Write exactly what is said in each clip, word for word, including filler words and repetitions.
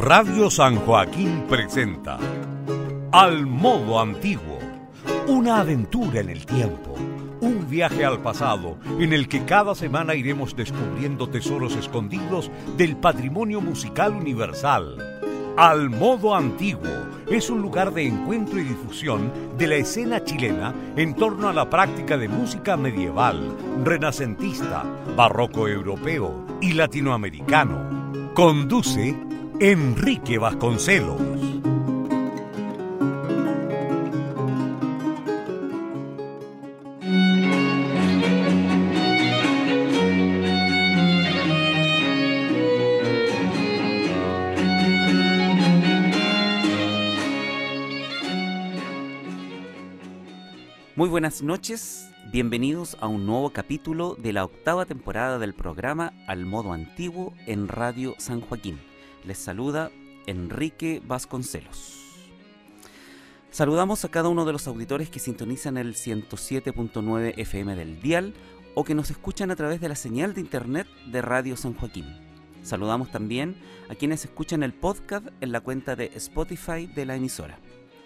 Radio San Joaquín presenta Al Modo Antiguo, una aventura en el tiempo, un viaje al pasado en el que cada semana iremos descubriendo tesoros escondidos del patrimonio musical universal. Al Modo Antiguo es un lugar de encuentro y difusión de la escena chilena en torno a la práctica de música medieval, renacentista, barroco europeo y latinoamericano. Conduce Enrique Vasconcelos. Muy buenas noches, bienvenidos a un nuevo capítulo de la octava temporada del programa Al Modo Antiguo en Radio San Joaquín. Les saluda Enrique Vasconcelos. Saludamos a cada uno de los auditores que sintonizan el ciento siete punto nueve F M del dial o que nos escuchan a través de la señal de internet de Radio San Joaquín. Saludamos también a quienes escuchan el podcast en la cuenta de Spotify de la emisora.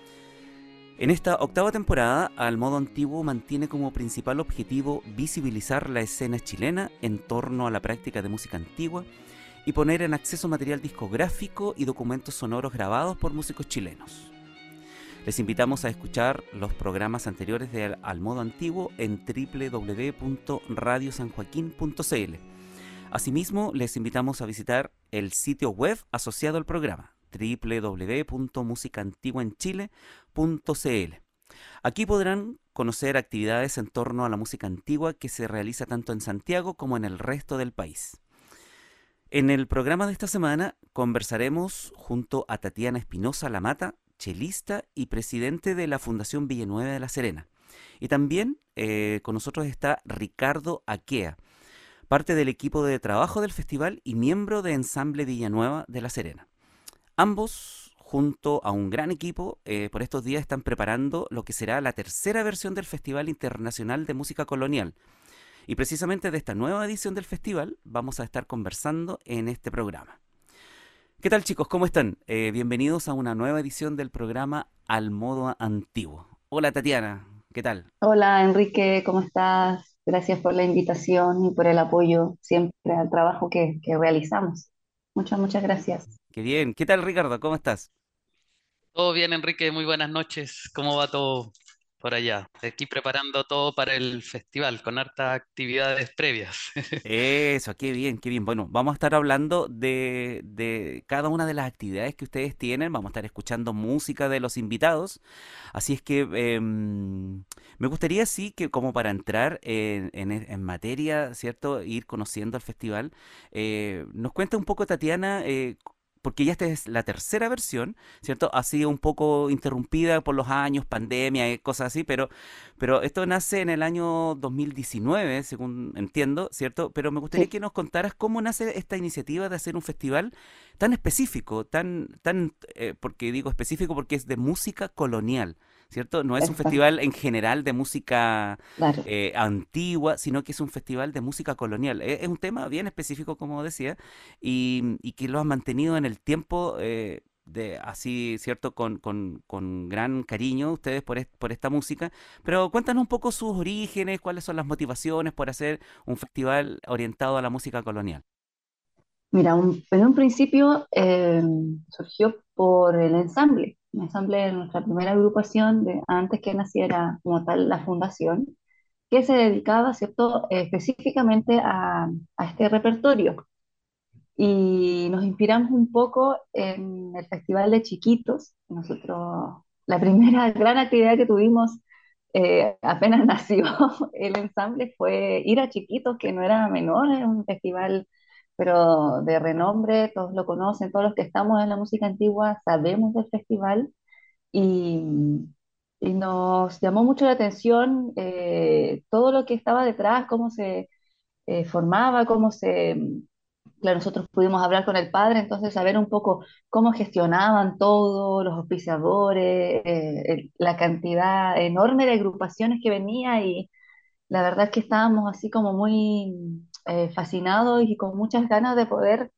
En esta octava temporada, Al Modo Antiguo mantiene como principal objetivo visibilizar la escena chilena en torno a la práctica de música antigua y poner en acceso material discográfico y documentos sonoros grabados por músicos chilenos. Les invitamos a escuchar los programas anteriores de Al Modo Antiguo en doble u doble u doble u punto radio san joaquín punto c l. Asimismo, les invitamos a visitar el sitio web asociado al programa, doble u doble u doble u punto música antigua en chile punto c l. Aquí podrán conocer actividades en torno a la música antigua que se realiza tanto en Santiago como en el resto del país. En el programa de esta semana conversaremos junto a Tatiana Espinosa Lamata, chelista y presidente de la Fundación Villanueva de La Serena. Y también eh, con nosotros está Ricardo Aquea, parte del equipo de trabajo del festival y miembro de Ensamble Villanueva de La Serena. Ambos, junto a un gran equipo, eh, por estos días están preparando lo que será la tercera versión del Festival Internacional de Música Colonial. Y precisamente de esta nueva edición del festival vamos a estar conversando en este programa. ¿Qué tal, chicos? ¿Cómo están? Eh, bienvenidos a una nueva edición del programa Al Modo Antiguo. Hola, Tatiana, ¿qué tal? Hola Enrique, ¿cómo estás? Gracias por la invitación y por el apoyo siempre al trabajo que, que realizamos. Muchas, muchas gracias. Qué bien. ¿Qué tal, Ricardo? ¿Cómo estás? Todo bien, Enrique, muy buenas noches. ¿Cómo va todo por allá? Aquí preparando todo para el festival con hartas actividades previas. Eso, qué bien, qué bien. Bueno, vamos a estar hablando de, de cada una de las actividades que ustedes tienen. Vamos a estar escuchando música de los invitados. Así es que em, me gustaría, sí, que como para entrar en, en- en materia, ¿cierto? Ir conociendo el festival, eh, nos cuenta un poco, Tatiana, eh, porque ya esta es la tercera versión, ¿cierto? Ha sido un poco interrumpida por los años, pandemia y cosas así, pero pero esto nace en el año dos mil diecinueve, según entiendo, ¿cierto? Pero me gustaría Sí, que nos contaras cómo nace esta iniciativa de hacer un festival tan específico, tan, tan, eh, porque digo específico porque es de música colonial, ¿cierto? No es un exacto, festival en general de música claro. eh, antigua, sino que es un festival de música colonial. Es, es un tema bien específico, como decía, y, y que lo han mantenido en el tiempo. Eh, de así, ¿cierto? Con, con, con gran cariño ustedes por, est- por esta música, pero cuéntanos un poco sus orígenes, cuáles son las motivaciones por hacer un festival orientado a la música colonial. Mira, un- en un principio eh, surgió por el ensamble, el ensamble de nuestra primera agrupación, de, antes que naciera como tal la fundación, que se dedicaba, ¿cierto?, específicamente a, a este repertorio. Y nos inspiramos un poco en el Festival de Chiquitos. Nosotros, la primera gran actividad que tuvimos eh, apenas nació el ensamble fue ir a Chiquitos, que no era menor, es un festival pero de renombre, todos lo conocen, todos los que estamos en la música antigua sabemos del festival y, y nos llamó mucho la atención eh, todo lo que estaba detrás, cómo se eh, formaba, cómo se claro, nosotros pudimos hablar con el padre, entonces saber un poco cómo gestionaban todo, los auspiciadores, eh, el- la cantidad enorme de agrupaciones que venía y la verdad es que estábamos así como muy eh, fascinados y con muchas ganas de poder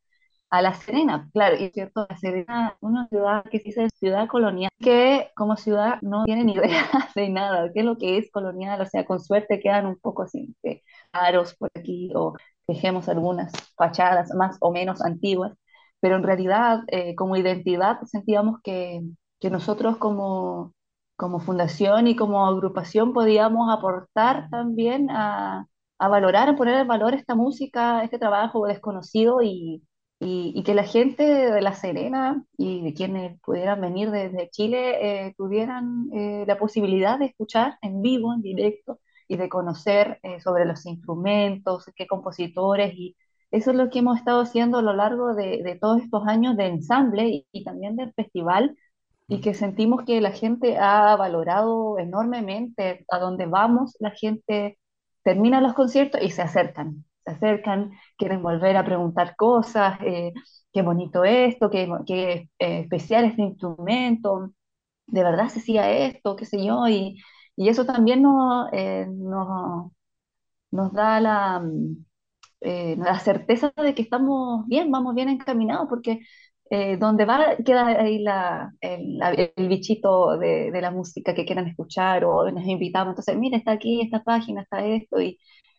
a La Serena. Claro, y es cierto, La Serena es una ciudad que se dice ciudad colonial, que como ciudad no tiene ni idea de nada, qué es lo que es colonial, o sea, con suerte quedan un poco así, de aros por aquí, o dejemos algunas fachadas más o menos antiguas, pero en realidad, eh, como identidad, sentíamos que, que nosotros como, como fundación y como agrupación podíamos aportar también a, a valorar, a poner en valor esta música, este trabajo desconocido y, y, y que la gente de La Serena y de quienes pudieran venir desde Chile eh, tuvieran eh, la posibilidad de escuchar en vivo, en directo, y de conocer eh, sobre los instrumentos, qué compositores, y eso es lo que hemos estado haciendo a lo largo de, de todos estos años de ensamble y, y también del festival, y Mm. que sentimos que la gente ha valorado enormemente. A donde vamos, la gente termina los conciertos y se acercan, se acercan, quieren volver a preguntar cosas, eh, qué bonito esto, qué, qué eh, especial este instrumento, de verdad se hacía esto, qué sé yo, y, y eso también nos, eh, nos, nos da la, mm, eh, la certeza de que estamos bien, vamos bien encaminados, porque eh, donde va queda ahí la, el, la- el bichito de, de la música que quieran escuchar o nos invitamos. Entonces, mira, está aquí esta página, está esto, y,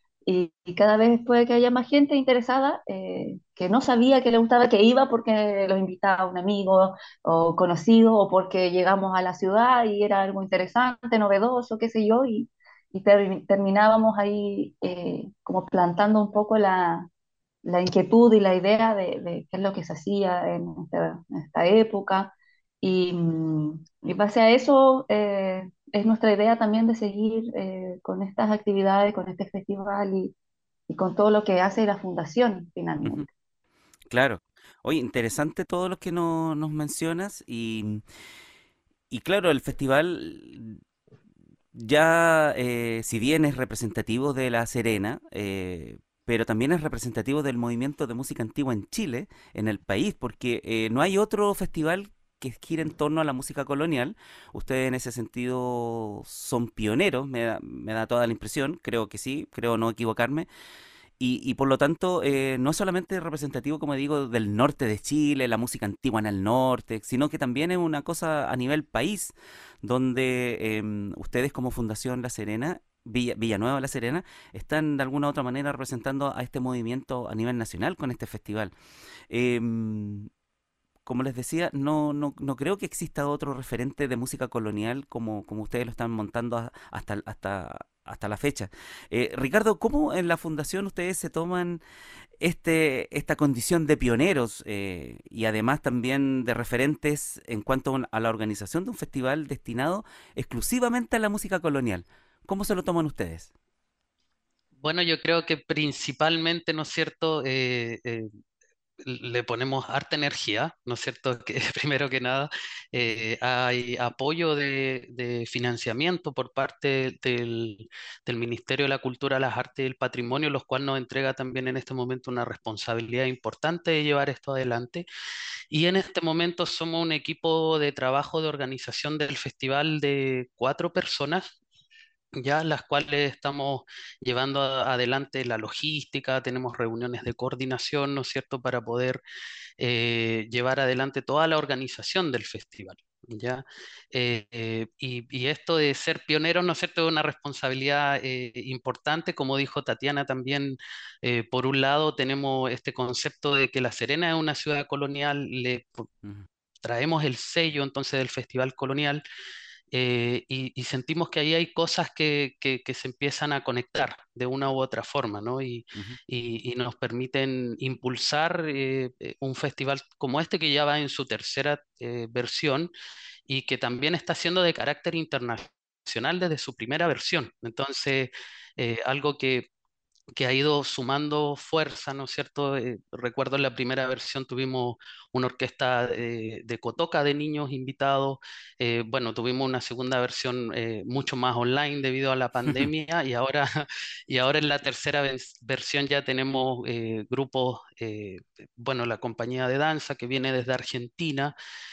y, y cada vez puede que haya más gente interesada eh, que no sabía que le gustaba, que iba porque los invitaba un amigo o conocido o porque llegamos a la ciudad y era algo interesante, novedoso, qué sé yo, y, y ter- terminábamos ahí eh, como plantando un poco la, la inquietud y la idea de, de qué es lo que se hacía en esta, en esta época. Y, mm, y base a eso, eh, es nuestra idea también de seguir eh, con estas actividades, con este festival y, y con todo lo que hace la fundación Ujú. finalmente. Claro. Oye, interesante todo lo que no- nos mencionas y, y claro, el festival ya, eh, si bien es representativo de La Serena, eh, pero también es representativo del movimiento de música antigua en Chile, en el país, porque eh, no hay otro festival que gire en torno a la música colonial. Ustedes en ese sentido son pioneros, me da, me da toda la impresión, creo que sí, creo no equivocarme. Y, y por lo tanto, eh, no es solamente representativo, como digo, del norte de Chile, la música antigua en el norte, sino que también es una cosa a nivel país, donde em, ustedes como Fundación La Serena, Villa, Villanueva La Serena, están de alguna u otra manera representando a este movimiento a nivel nacional con este festival. Em, como les decía, no, no, no creo que exista otro referente de música colonial como, como ustedes lo están montando a- hasta, hasta, hasta la fecha. Eh, Ricardo, ¿cómo en la fundación ustedes se toman este, esta condición de pioneros eh, y además también de referentes en cuanto a un- a la organización de un festival destinado exclusivamente a la música colonial? ¿Cómo se lo toman ustedes? Bueno, yo creo que principalmente, ¿no es cierto? Eh, eh, le ponemos harta energía, ¿no es cierto? Que primero que nada eh, hay apoyo de, de financiamiento por parte del, del Ministerio de la Cultura, las Artes y el Patrimonio, los cuales nos entrega también en este momento una responsabilidad importante de llevar esto adelante. Y en este momento somos un equipo de trabajo de organización del festival de cuatro personas, ya las cuales estamos llevando a- adelante la logística, tenemos reuniones de coordinación, ¿no es cierto?, para poder eh, llevar adelante toda la organización del festival. ¿Ya? Eh, eh, y, y esto de ser pioneros, ¿no es cierto?, es una responsabilidad eh, importante, como dijo Tatiana también. Eh, por un lado tenemos este concepto de que La Serena es una ciudad colonial, le po- Ujú, traemos el sello entonces del Festival Colonial, eh, y, y sentimos que ahí hay cosas que, que- que se empiezan a conectar de una u otra forma, ¿no? Y, ujú, y- y nos permiten impulsar eh, eh, un festival como este que ya va en su tercera eh, versión y que también está siendo de carácter internacional desde su primera versión. Entonces, eh, algo que que ha ido sumando fuerza, ¿no es cierto? Eh, recuerdo en la primera versión tuvimos una orquesta eh, de cotoca de niños invitados. Eh, bueno, tuvimos una segunda versión eh, mucho más online debido a la pandemia, y ahora, y ahora en la tercera ves- versión ya tenemos eh, grupos, eh, bueno, la compañía de danza que viene desde Argentina,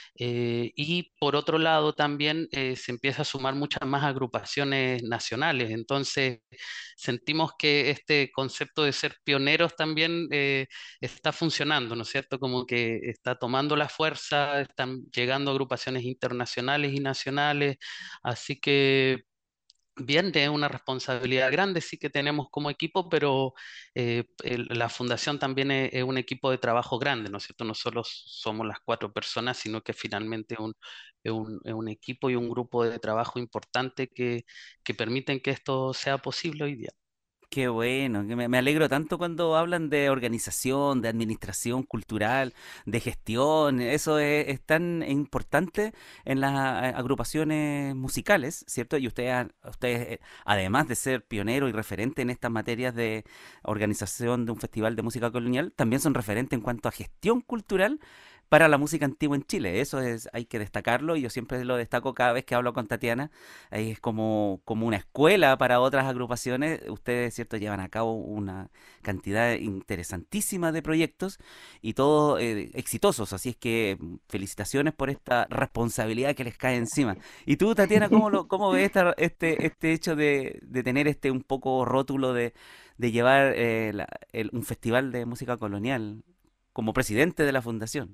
Eh, y por otro lado también eh, se empieza a sumar muchas más agrupaciones nacionales. Entonces sentimos que este concepto de ser pioneros también eh, está funcionando, ¿no es cierto? Como que está tomando la fuerza, están llegando agrupaciones internacionales y nacionales, así que bien, es una responsabilidad grande, sí que tenemos como equipo, pero eh, el- la fundación también es, es un equipo de trabajo grande, ¿no es cierto? No solo somos las cuatro personas, sino que finalmente un, es un, es un equipo y un grupo de trabajo importante que, que permiten que esto sea posible hoy día. Qué bueno, que me, me alegro tanto cuando hablan de organización, de administración cultural, de gestión. Eso es, es tan importante en las a- agrupaciones musicales, ¿cierto? Y ustedes, han- ustedes, eh, además de ser pionero y referente en estas materias de organización de un festival de música colonial, también son referentes en cuanto a gestión cultural para la música antigua en Chile. Eso es, hay que destacarlo y yo siempre lo destaco cada vez que hablo con Tatiana. Ahí es como, como una escuela para otras agrupaciones. Ustedes, ¿cierto?, llevan a cabo una cantidad interesantísima de proyectos y todos eh, exitosos. Así es que mm, felicitaciones por esta responsabilidad que les cae encima. ¿Y tú, Tatiana, cómo, lo, cómo ves esta- este, este hecho de, de tener este un poco rótulo de, de llevar eh, la- el- un festival de música colonial como presidente de la fundación?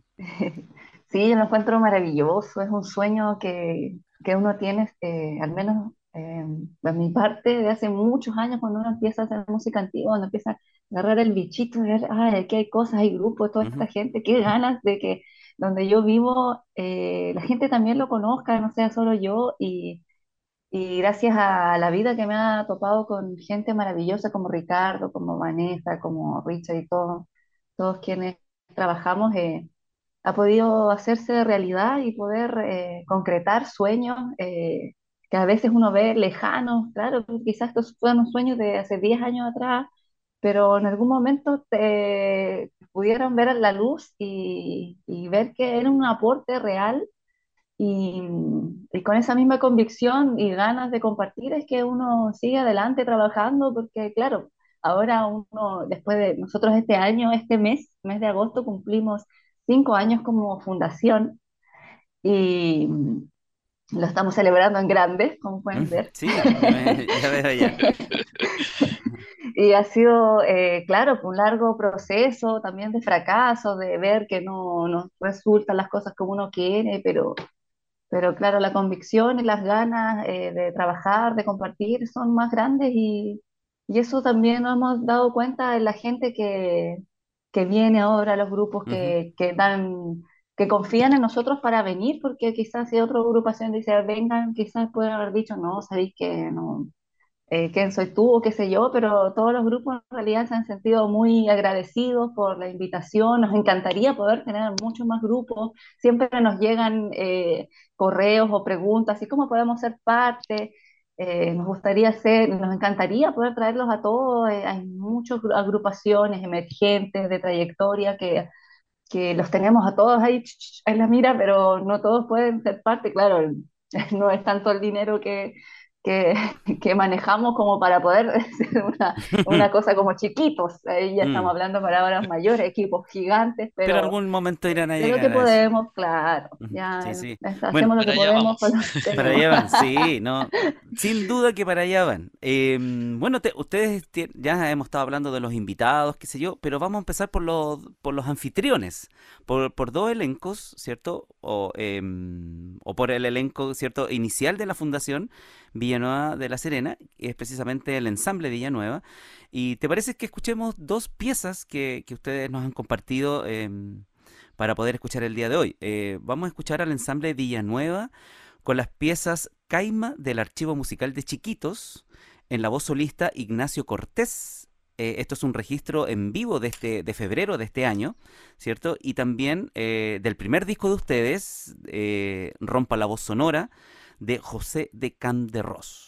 Sí, yo lo encuentro maravilloso, es un sueño que, que uno tiene, eh, al menos eh, de mi parte, de hace muchos años, cuando uno empieza a hacer música antigua, cuando empieza a agarrar el bichito, de ver, ay, aquí hay cosas, hay grupos, toda esta Ujú, gente, qué ganas de que donde yo vivo, eh, la gente también lo conozca, no sea solo yo, y, y gracias a la vida que me ha topado con gente maravillosa como Ricardo, como Vanessa, como Richard y todos, todos quienes trabajamos. Eh, ha podido hacerse realidad y poder eh, concretar sueños eh, que a veces uno ve lejanos. Claro, pues, quizás estos fueron sueños de hace diez años atrás, pero en algún momento te pudieron ver la luz y, y ver que era un aporte real y, y con esa misma convicción y ganas de compartir es que uno sigue adelante trabajando, porque claro, ahora uno, después de nosotros este año, este mes, mes de agosto, cumplimos cinco años como fundación y lo estamos celebrando en grande, como pueden ujú. ver. Sí, ya, me- ya veo ya. Y ha sido, eh, claro, un largo proceso también de fracaso, de ver que no nos resultan las cosas como uno quiere, pero Pero claro, la convicción y las ganas eh, de trabajar, de compartir, son más grandes y, y eso también nos hemos dado cuenta en la gente que, que viene ahora, los grupos Ujú. que, que dan, que confían en nosotros para venir, porque quizás si otra agrupación dice vengan, quizás pueden haber dicho no, sabéis que no, eh, quién soy tú o qué sé yo, pero todos los grupos en realidad se han sentido muy agradecidos por la invitación. Nos encantaría poder tener muchos más grupos. Siempre nos llegan eh, correos o preguntas, ¿y cómo podemos ser parte? Eh, nos gustaría ser, nos encantaría poder traerlos a todos. Eh, hay muchas agrupaciones emergentes de trayectoria que, que los tenemos a todos ahí en la mira, pero no todos pueden ser parte. Claro, no es tanto el dinero que, que, que manejamos como para poder hacer una, una cosa como chiquitos. Ahí ya estamos Mm. hablando para palabras mayores, equipos gigantes, Pero pero algún momento irán a de lo que llegar a eso. podemos, claro, Ujú. ya Sí, sí. eh, Bueno, hacemos lo Para que allá podemos con vamos. lo que para tenemos. allá van, sí, no, sin duda que para allá van. Em, bueno, te- ustedes tie- ya hemos estado hablando de los invitados, qué sé yo, pero vamos a empezar por los, por los anfitriones, por, por dos elencos, ¿cierto? O, em, o por el elenco, ¿cierto? Inicial de la Fundación Villanueva de la Serena, que es precisamente el ensamble Villanueva. ¿Y te parece que escuchemos dos piezas que, que ustedes nos han compartido? Em, para poder escuchar el día de hoy. Eh, vamos a escuchar al ensamble Villanueva con las piezas Caima del Archivo Musical de Chiquitos, en la voz solista Ignacio Cortés. Eh, esto es un registro en vivo de, este, de febrero de este año, ¿cierto? Y también eh, del primer disco de ustedes, eh, Rompa la Voz Sonora, de José de Canderros.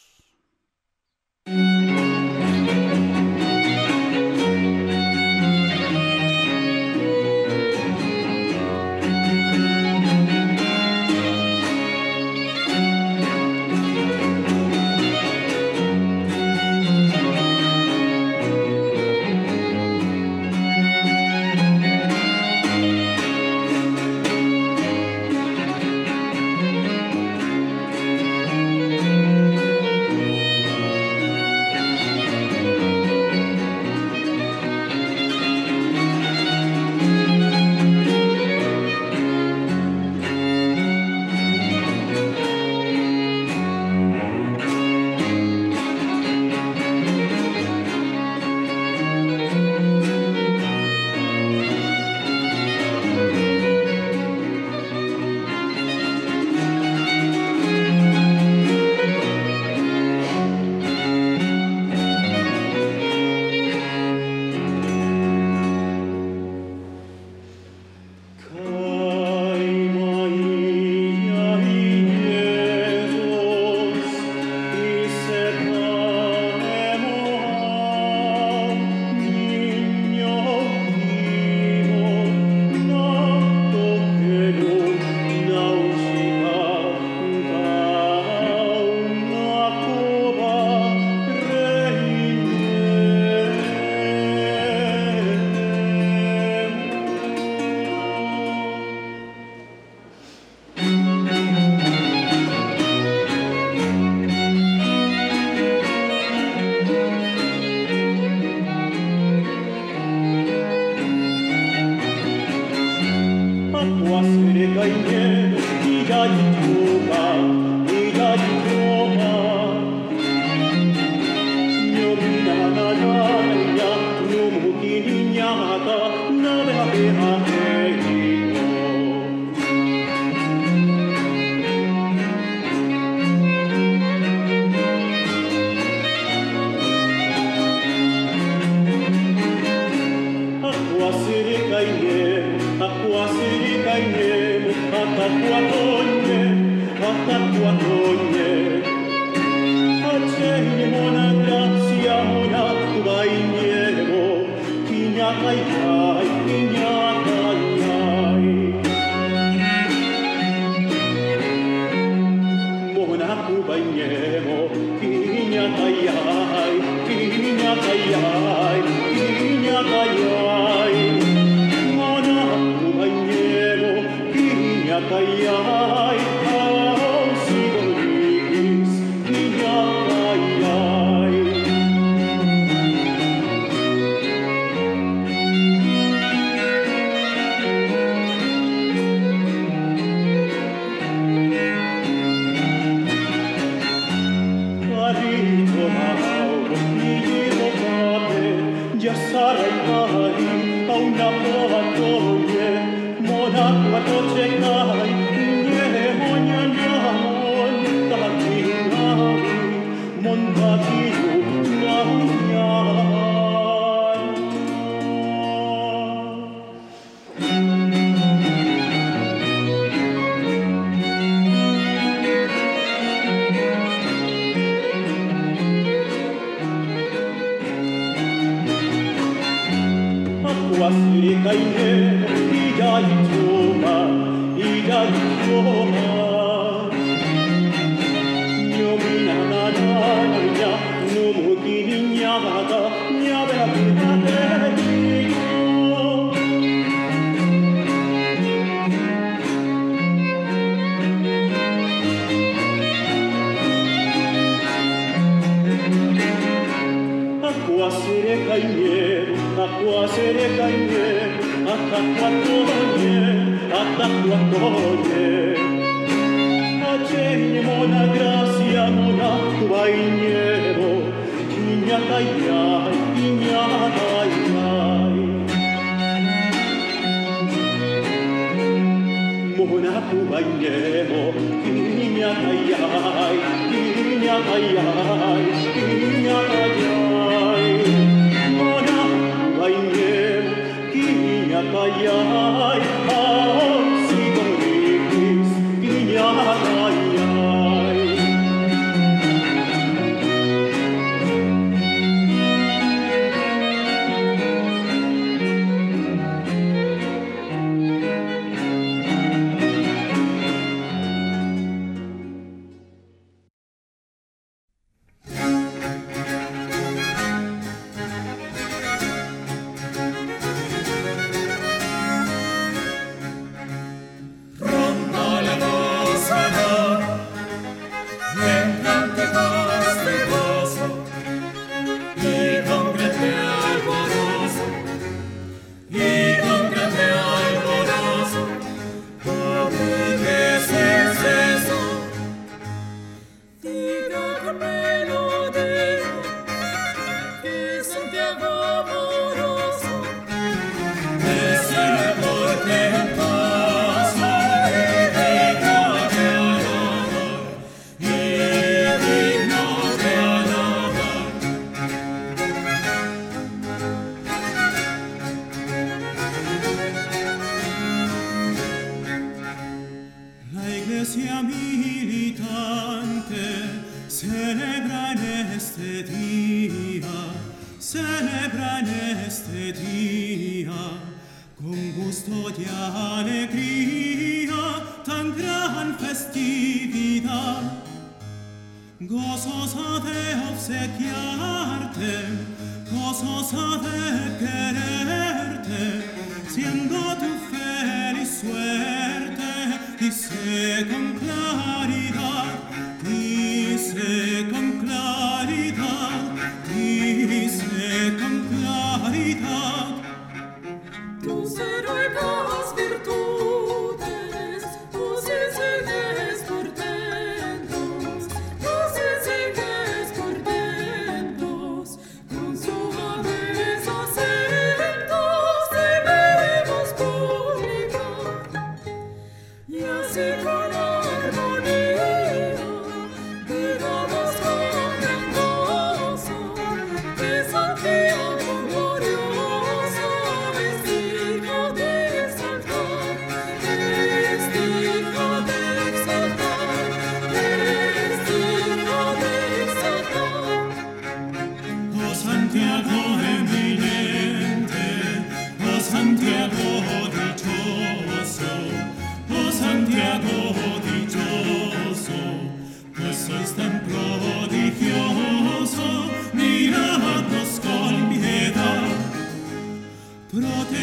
Glorioso, vestido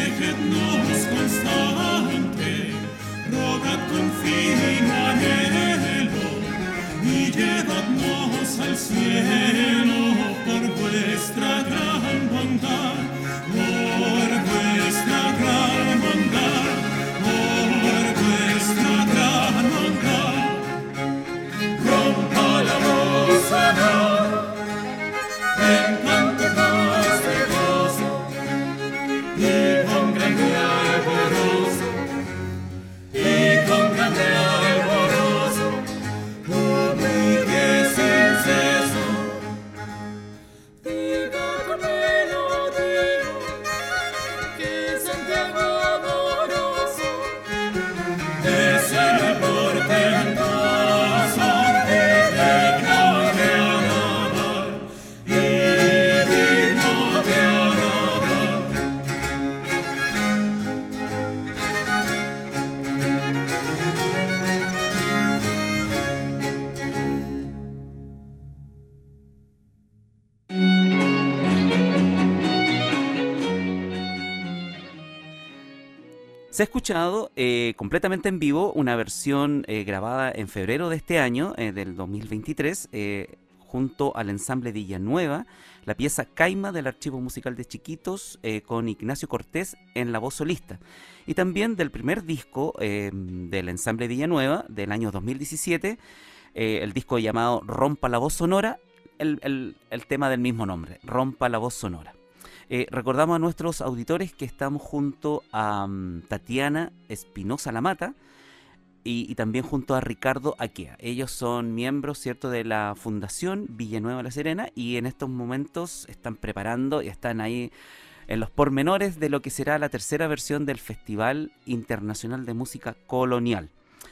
dejadnos constante, rogad con fino anhelo, y llevadnos al cielo por vuestra gran bondad, por vuestra gran bondad, por vuestra gran bondad. Rompa la voz, Señor, en cánticos de gozo, y con grande alborozo, y con grande alborozo, publique sin ceso. Diga con melodía que Santiago amoroso es el portentoso y digno de alabar, y digno de alabar. Se ha escuchado eh, completamente en vivo una versión eh, grabada en febrero de este año, eh, del dos mil veintitrés, eh, junto al ensamble Villanueva, la pieza Caima del Archivo Musical de Chiquitos, eh, con Ignacio Cortés en la voz solista. Y también del primer disco eh, del ensamble Villanueva, del año dos mil diecisiete, eh, el disco llamado Rompa la Voz Sonora, el, el- el tema del mismo nombre, Rompa la Voz Sonora. Eh, recordamos a nuestros auditores que estamos junto a mm, Tatiana Espinosa Lamata y, y también junto a Ricardo Aquea. Ellos son miembros, ¿cierto?, de la Fundación Villanueva La Serena, y en estos momentos están preparando y están ahí en los pormenores de lo que será la tercera versión del Festival Internacional de Música Colonial.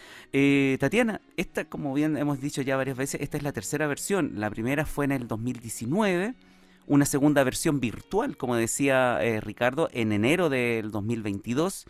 Eh, Tatiana, esta, como bien hemos dicho ya varias veces, esta es la tercera versión. La primera fue en el dos mil diecinueve, una segunda versión virtual, como decía eh, Ricardo, en enero del dos mil veintidós,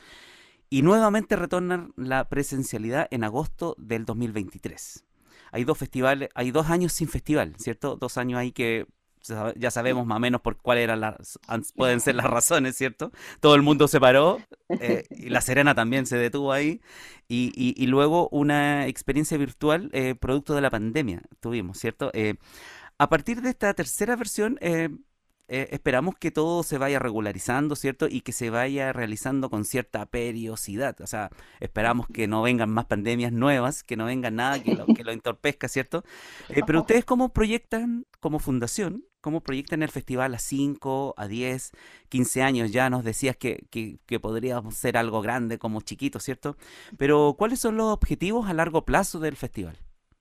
y nuevamente retorna la presencialidad en agosto del dos mil veintitrés. Hay dos festivales, hay dos años sin festival, ¿cierto? Dos años ahí que sa- ya sabemos más o menos por cuáles eran las, an- pueden ser las razones, ¿cierto? Todo el mundo se paró, eh, y La Serena también se detuvo ahí, y, y- y luego una experiencia virtual eh, producto de la pandemia tuvimos, ¿cierto? Eh, a partir de esta tercera versión, eh, eh, esperamos que todo se vaya regularizando, ¿cierto? Y que se vaya realizando con cierta periodicidad. O sea, esperamos que no vengan más pandemias nuevas, que no venga nada que lo, que lo entorpezca, ¿cierto? Eh, pero ustedes, ¿cómo proyectan como fundación? ¿Cómo proyectan el festival a cinco, a diez, quince años? Ya nos decías que, que, que podríamos ser algo grande como chiquito, ¿cierto? Pero ¿cuáles son los objetivos a largo plazo del festival?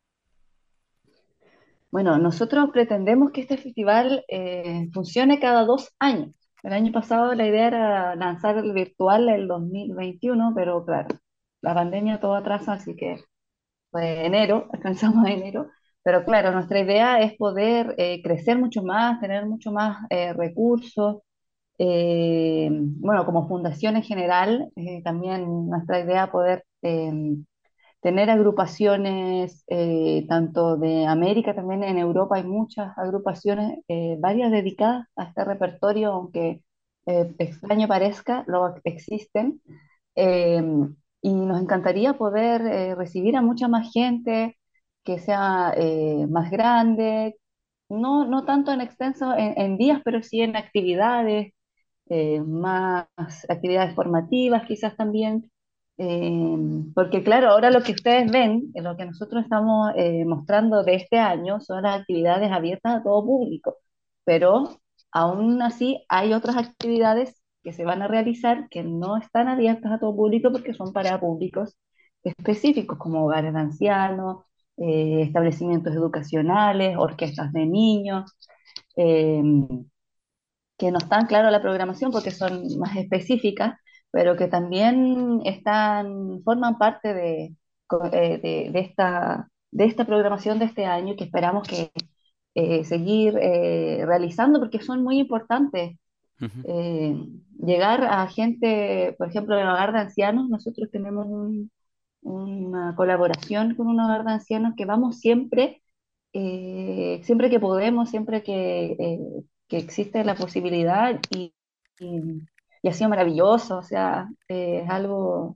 Bueno, nosotros pretendemos que este festival eh, funcione cada dos años. El año pasado la idea era lanzar el virtual el dos mil veintiuno, pero claro, la pandemia todo atrasa, así que fue enero, alcanzamos a enero. Pero claro, nuestra idea es poder eh, crecer mucho más, tener mucho más eh, recursos. Eh, bueno, como fundación en general, eh, también nuestra idea poder eh, tener agrupaciones, eh, tanto de América, también en Europa hay muchas agrupaciones, eh, varias dedicadas a este repertorio, aunque eh, extraño parezca, lo existen. Eh, y nos encantaría poder eh, recibir a mucha más gente, que sea eh, más grande, no, no tanto en extenso en, en días, pero sí en actividades, eh, más actividades formativas quizás también, eh, porque claro, ahora lo que ustedes ven, eh, lo que nosotros estamos eh, mostrando de este año son las actividades abiertas a todo público, pero aún así hay otras actividades que se van a realizar que no están abiertas a todo público porque son para públicos específicos, como hogares de ancianos, eh, establecimientos educacionales, orquestas de niños. eh, que no están claro la programación porque son más específicas, pero que también están, forman parte de, co- eh, de, de esta, de esta programación de este año, que esperamos que eh, seguir eh, realizando porque son muy importantes. Ujú. Eh, Llegar a gente, por ejemplo, en el hogar de ancianos, nosotros tenemos un- una colaboración con un hogar de ancianos que vamos siempre, eh, siempre que podemos, siempre que, eh, que existe la posibilidad, y, y ha sido maravilloso, o sea, eh, es algo,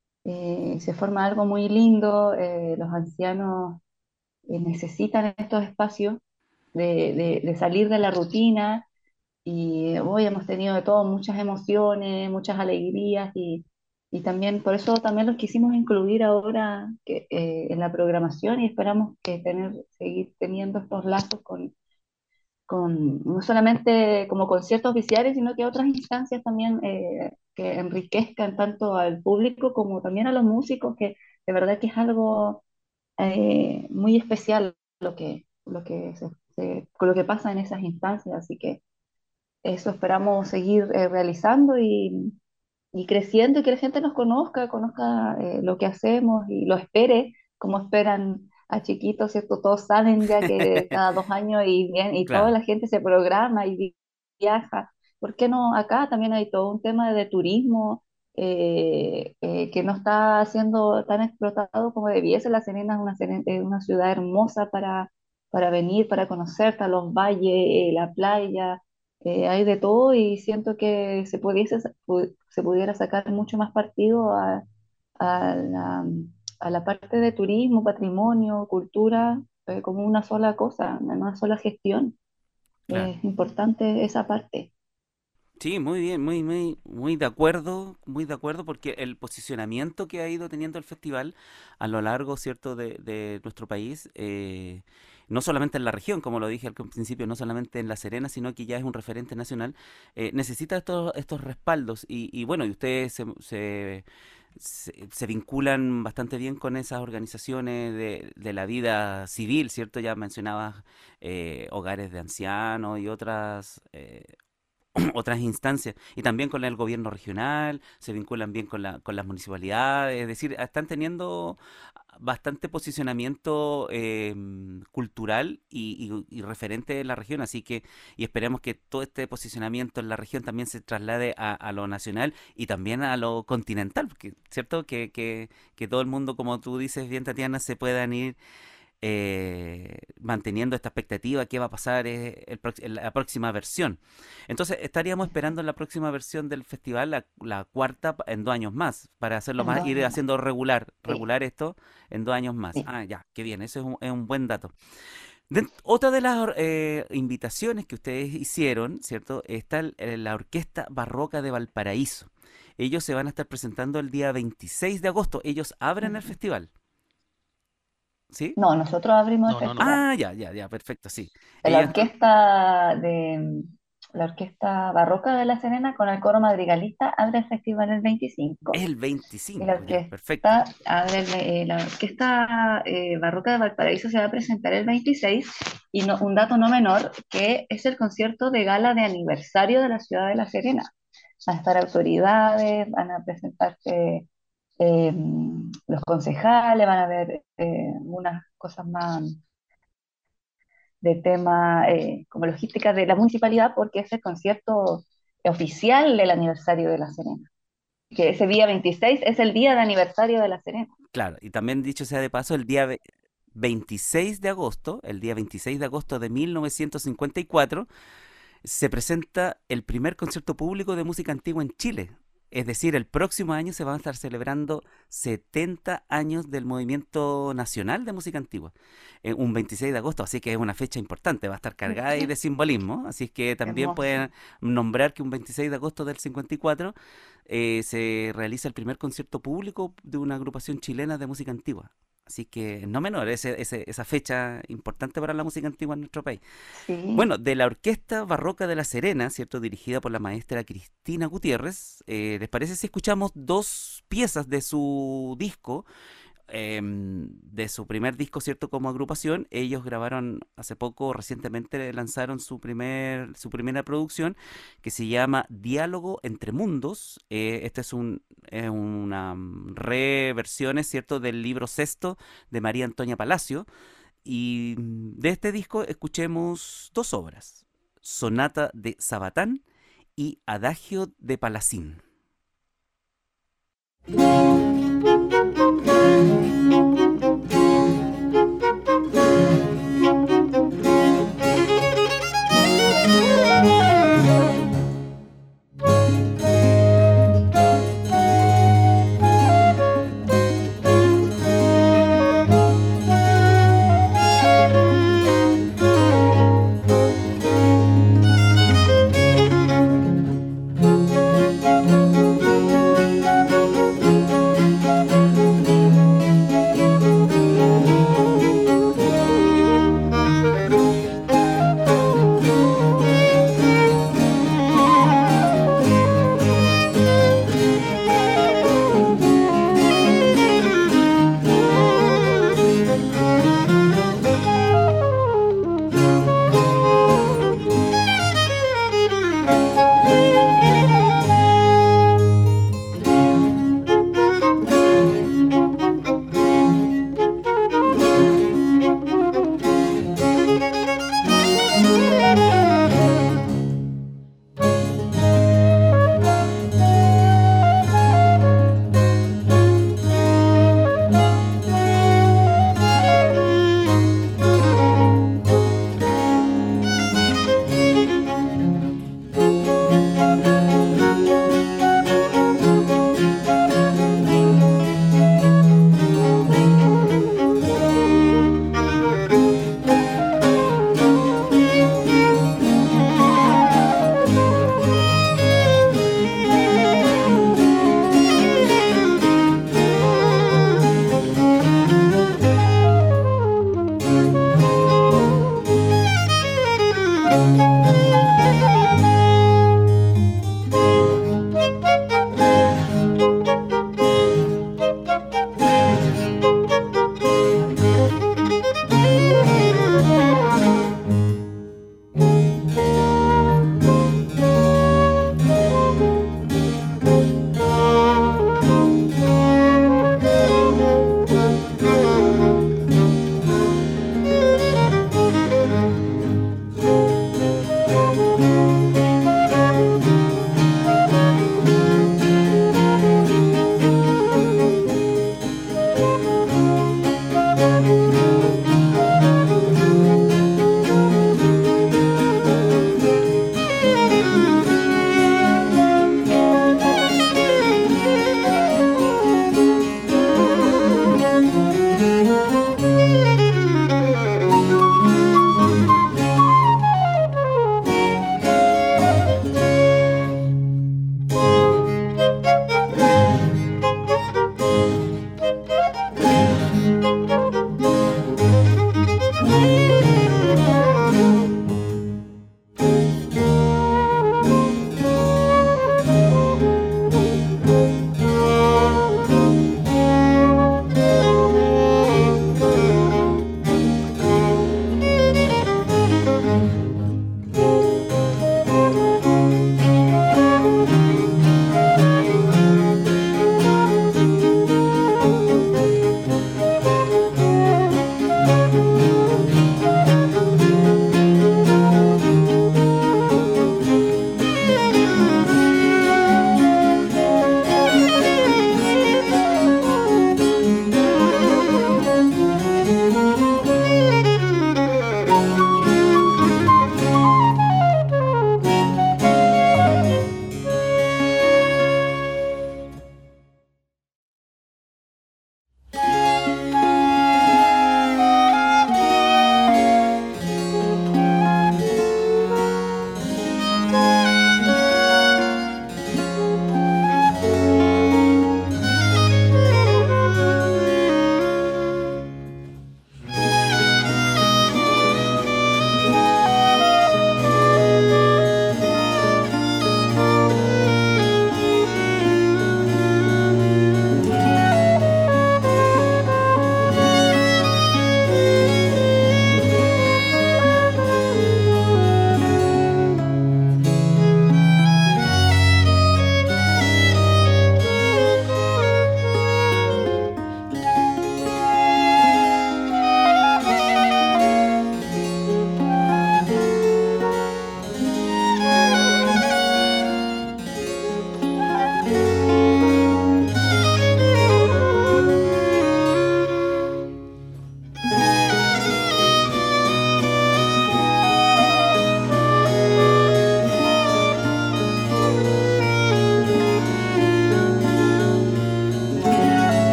eh, se forma algo muy lindo, eh, los ancianos eh, necesitan estos espacios de, de- de salir de la rutina y hoy hemos tenido de todo, muchas emociones, muchas alegrías y, y también por eso también los quisimos incluir ahora que, eh, en la programación y esperamos que tener, seguir teniendo estos lazos con, con no solamente como conciertos oficiales, sino que otras instancias también eh, que enriquezcan tanto al público como también a los músicos, que de verdad que es algo eh, muy especial lo que, lo que, se- se- lo que pasa en esas instancias, así que eso esperamos seguir eh, realizando y, y creciendo y que la gente nos conozca, conozca eh, lo que hacemos y lo espere, como esperan a chiquitos, ¿cierto? Todos saben ya que cada dos años y, bien, y toda Claro, la gente se programa y vi- viaja. ¿Por qué no? Acá también hay todo un tema de turismo eh, eh, que no está siendo tan explotado como debiese. La Serena es una, Seren- es una ciudad hermosa para, para venir, para conocer, está los valles, eh, la playa, eh, hay de todo y siento que se pudiese, sa- pu- se pudiera sacar mucho más partido a, a la, a la parte de turismo, patrimonio, cultura, eh, como una sola cosa, una sola gestión. claro. Es importante esa parte. Sí, muy bien, muy, muy, muy de acuerdo, muy de acuerdo, porque el posicionamiento que ha ido teniendo el festival a lo largo, cierto, de, de nuestro país, eh, no solamente en la región, como lo dije al principio, no solamente en La Serena, sino que ya es un referente nacional, eh, necesita estos, estos respaldos y, y bueno, y ustedes se, se, se- se vinculan bastante bien con esas organizaciones de, de la vida civil, ¿cierto? Ya mencionabas eh, hogares de ancianos y otras eh, otras instancias y también con el gobierno regional, se vinculan bien con la, con las municipalidades, es decir, están teniendo bastante posicionamiento eh, cultural y, y- y referente en la región, así que y esperemos que todo este posicionamiento en la región también se traslade a, a lo nacional y también a lo continental, porque cierto que, que, que todo el mundo, como tú dices bien, Tatiana, se puedan ir eh, manteniendo esta expectativa, qué va a pasar eh, el prox- en la próxima versión. Entonces, estaríamos esperando la próxima versión del festival, la, la cuarta, pa- en dos años más, para hacerlo En más, dos ir años más. haciendo regular, Sí, regular esto en dos años más. sí. Ah, ya, qué bien, eso es un, es un buen dato. Den- otra de las or- eh, invitaciones que ustedes hicieron, ¿cierto? Está el- eh, la Orquesta Barroca de Valparaíso. Ellos se van a estar presentando el día veintiséis de agosto. Ellos abren el Ujú. festival, ¿sí? No, nosotros abrimos el No, no, no. festival. Ah, ya, ya, ya, perfecto, sí. La Ellos, orquesta de la Orquesta Barroca de La Serena con el coro madrigalista abre el festival el es veinticinco. el Y la veinticinco, ya, perfecto. orquesta, abre el- eh, la Orquesta eh, Barroca de Valparaíso se va a presentar el veintiséis y no- un dato no menor que es el concierto de gala de aniversario de la ciudad de La Serena. Van a estar autoridades, van a presentarse eh, los concejales, van a haber eh, unas cosas más de tema eh, como logística de la municipalidad porque es el concierto oficial del aniversario de La Serena, que ese día veintiséis es el día de aniversario de La Serena. Claro, y también dicho sea de paso, el día ve- veintiséis de agosto, el día veintiséis de agosto de mil novecientos cincuenta y cuatro, se presenta el primer concierto público de música antigua en Chile. Es decir, el próximo año se van a estar celebrando setenta años del movimiento nacional de música antigua. Eh, un veintiséis de agosto, así que es una fecha importante, va a estar cargada ahí de simbolismo. Así es que también Hermoso. pueden nombrar que un veintiséis de agosto del cincuenta y cuatro eh, se realiza el primer concierto público de una agrupación chilena de música antigua. Así que no menor, ese, ese- esa fecha importante para la música antigua en nuestro país. Sí, Bueno, de la Orquesta Barroca de La Serena, ¿cierto? Dirigida por la maestra Cristina Gutiérrez, eh, ¿les parece si escuchamos dos piezas de su disco, em, de su primer disco, ¿cierto? Como agrupación? Ellos grabaron hace poco, recientemente lanzaron su primer, su primera producción que se llama Diálogo entre Mundos. Eh, esta es un, es una mm, reversión, ¿es cierto?, del libro sexto de María Antonia Palacio. Y mm, de este disco escuchemos dos obras, Sonata de Sabatán y Adagio de Palacín.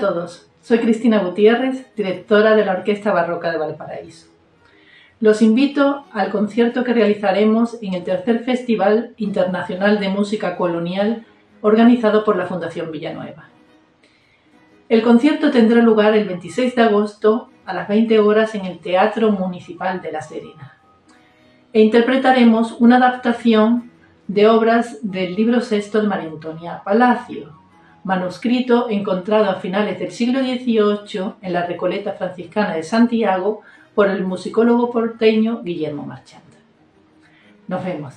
todos, soy Cristina Gutiérrez, directora de la Orquesta Barroca de Valparaíso. Los invito al concierto que realizaremos en el tercer Festival Internacional de Música Colonial organizado por la Fundación Villanueva. El concierto tendrá lugar el veintiséis de agosto a las veinte horas en el Teatro Municipal de La Serena e interpretaremos una adaptación de obras del libro sexto de María Antonia Palacio, manuscrito encontrado a finales del siglo dieciocho en la Recoleta Franciscana de Santiago por el musicólogo porteño Guillermo Marchand. Nos vemos.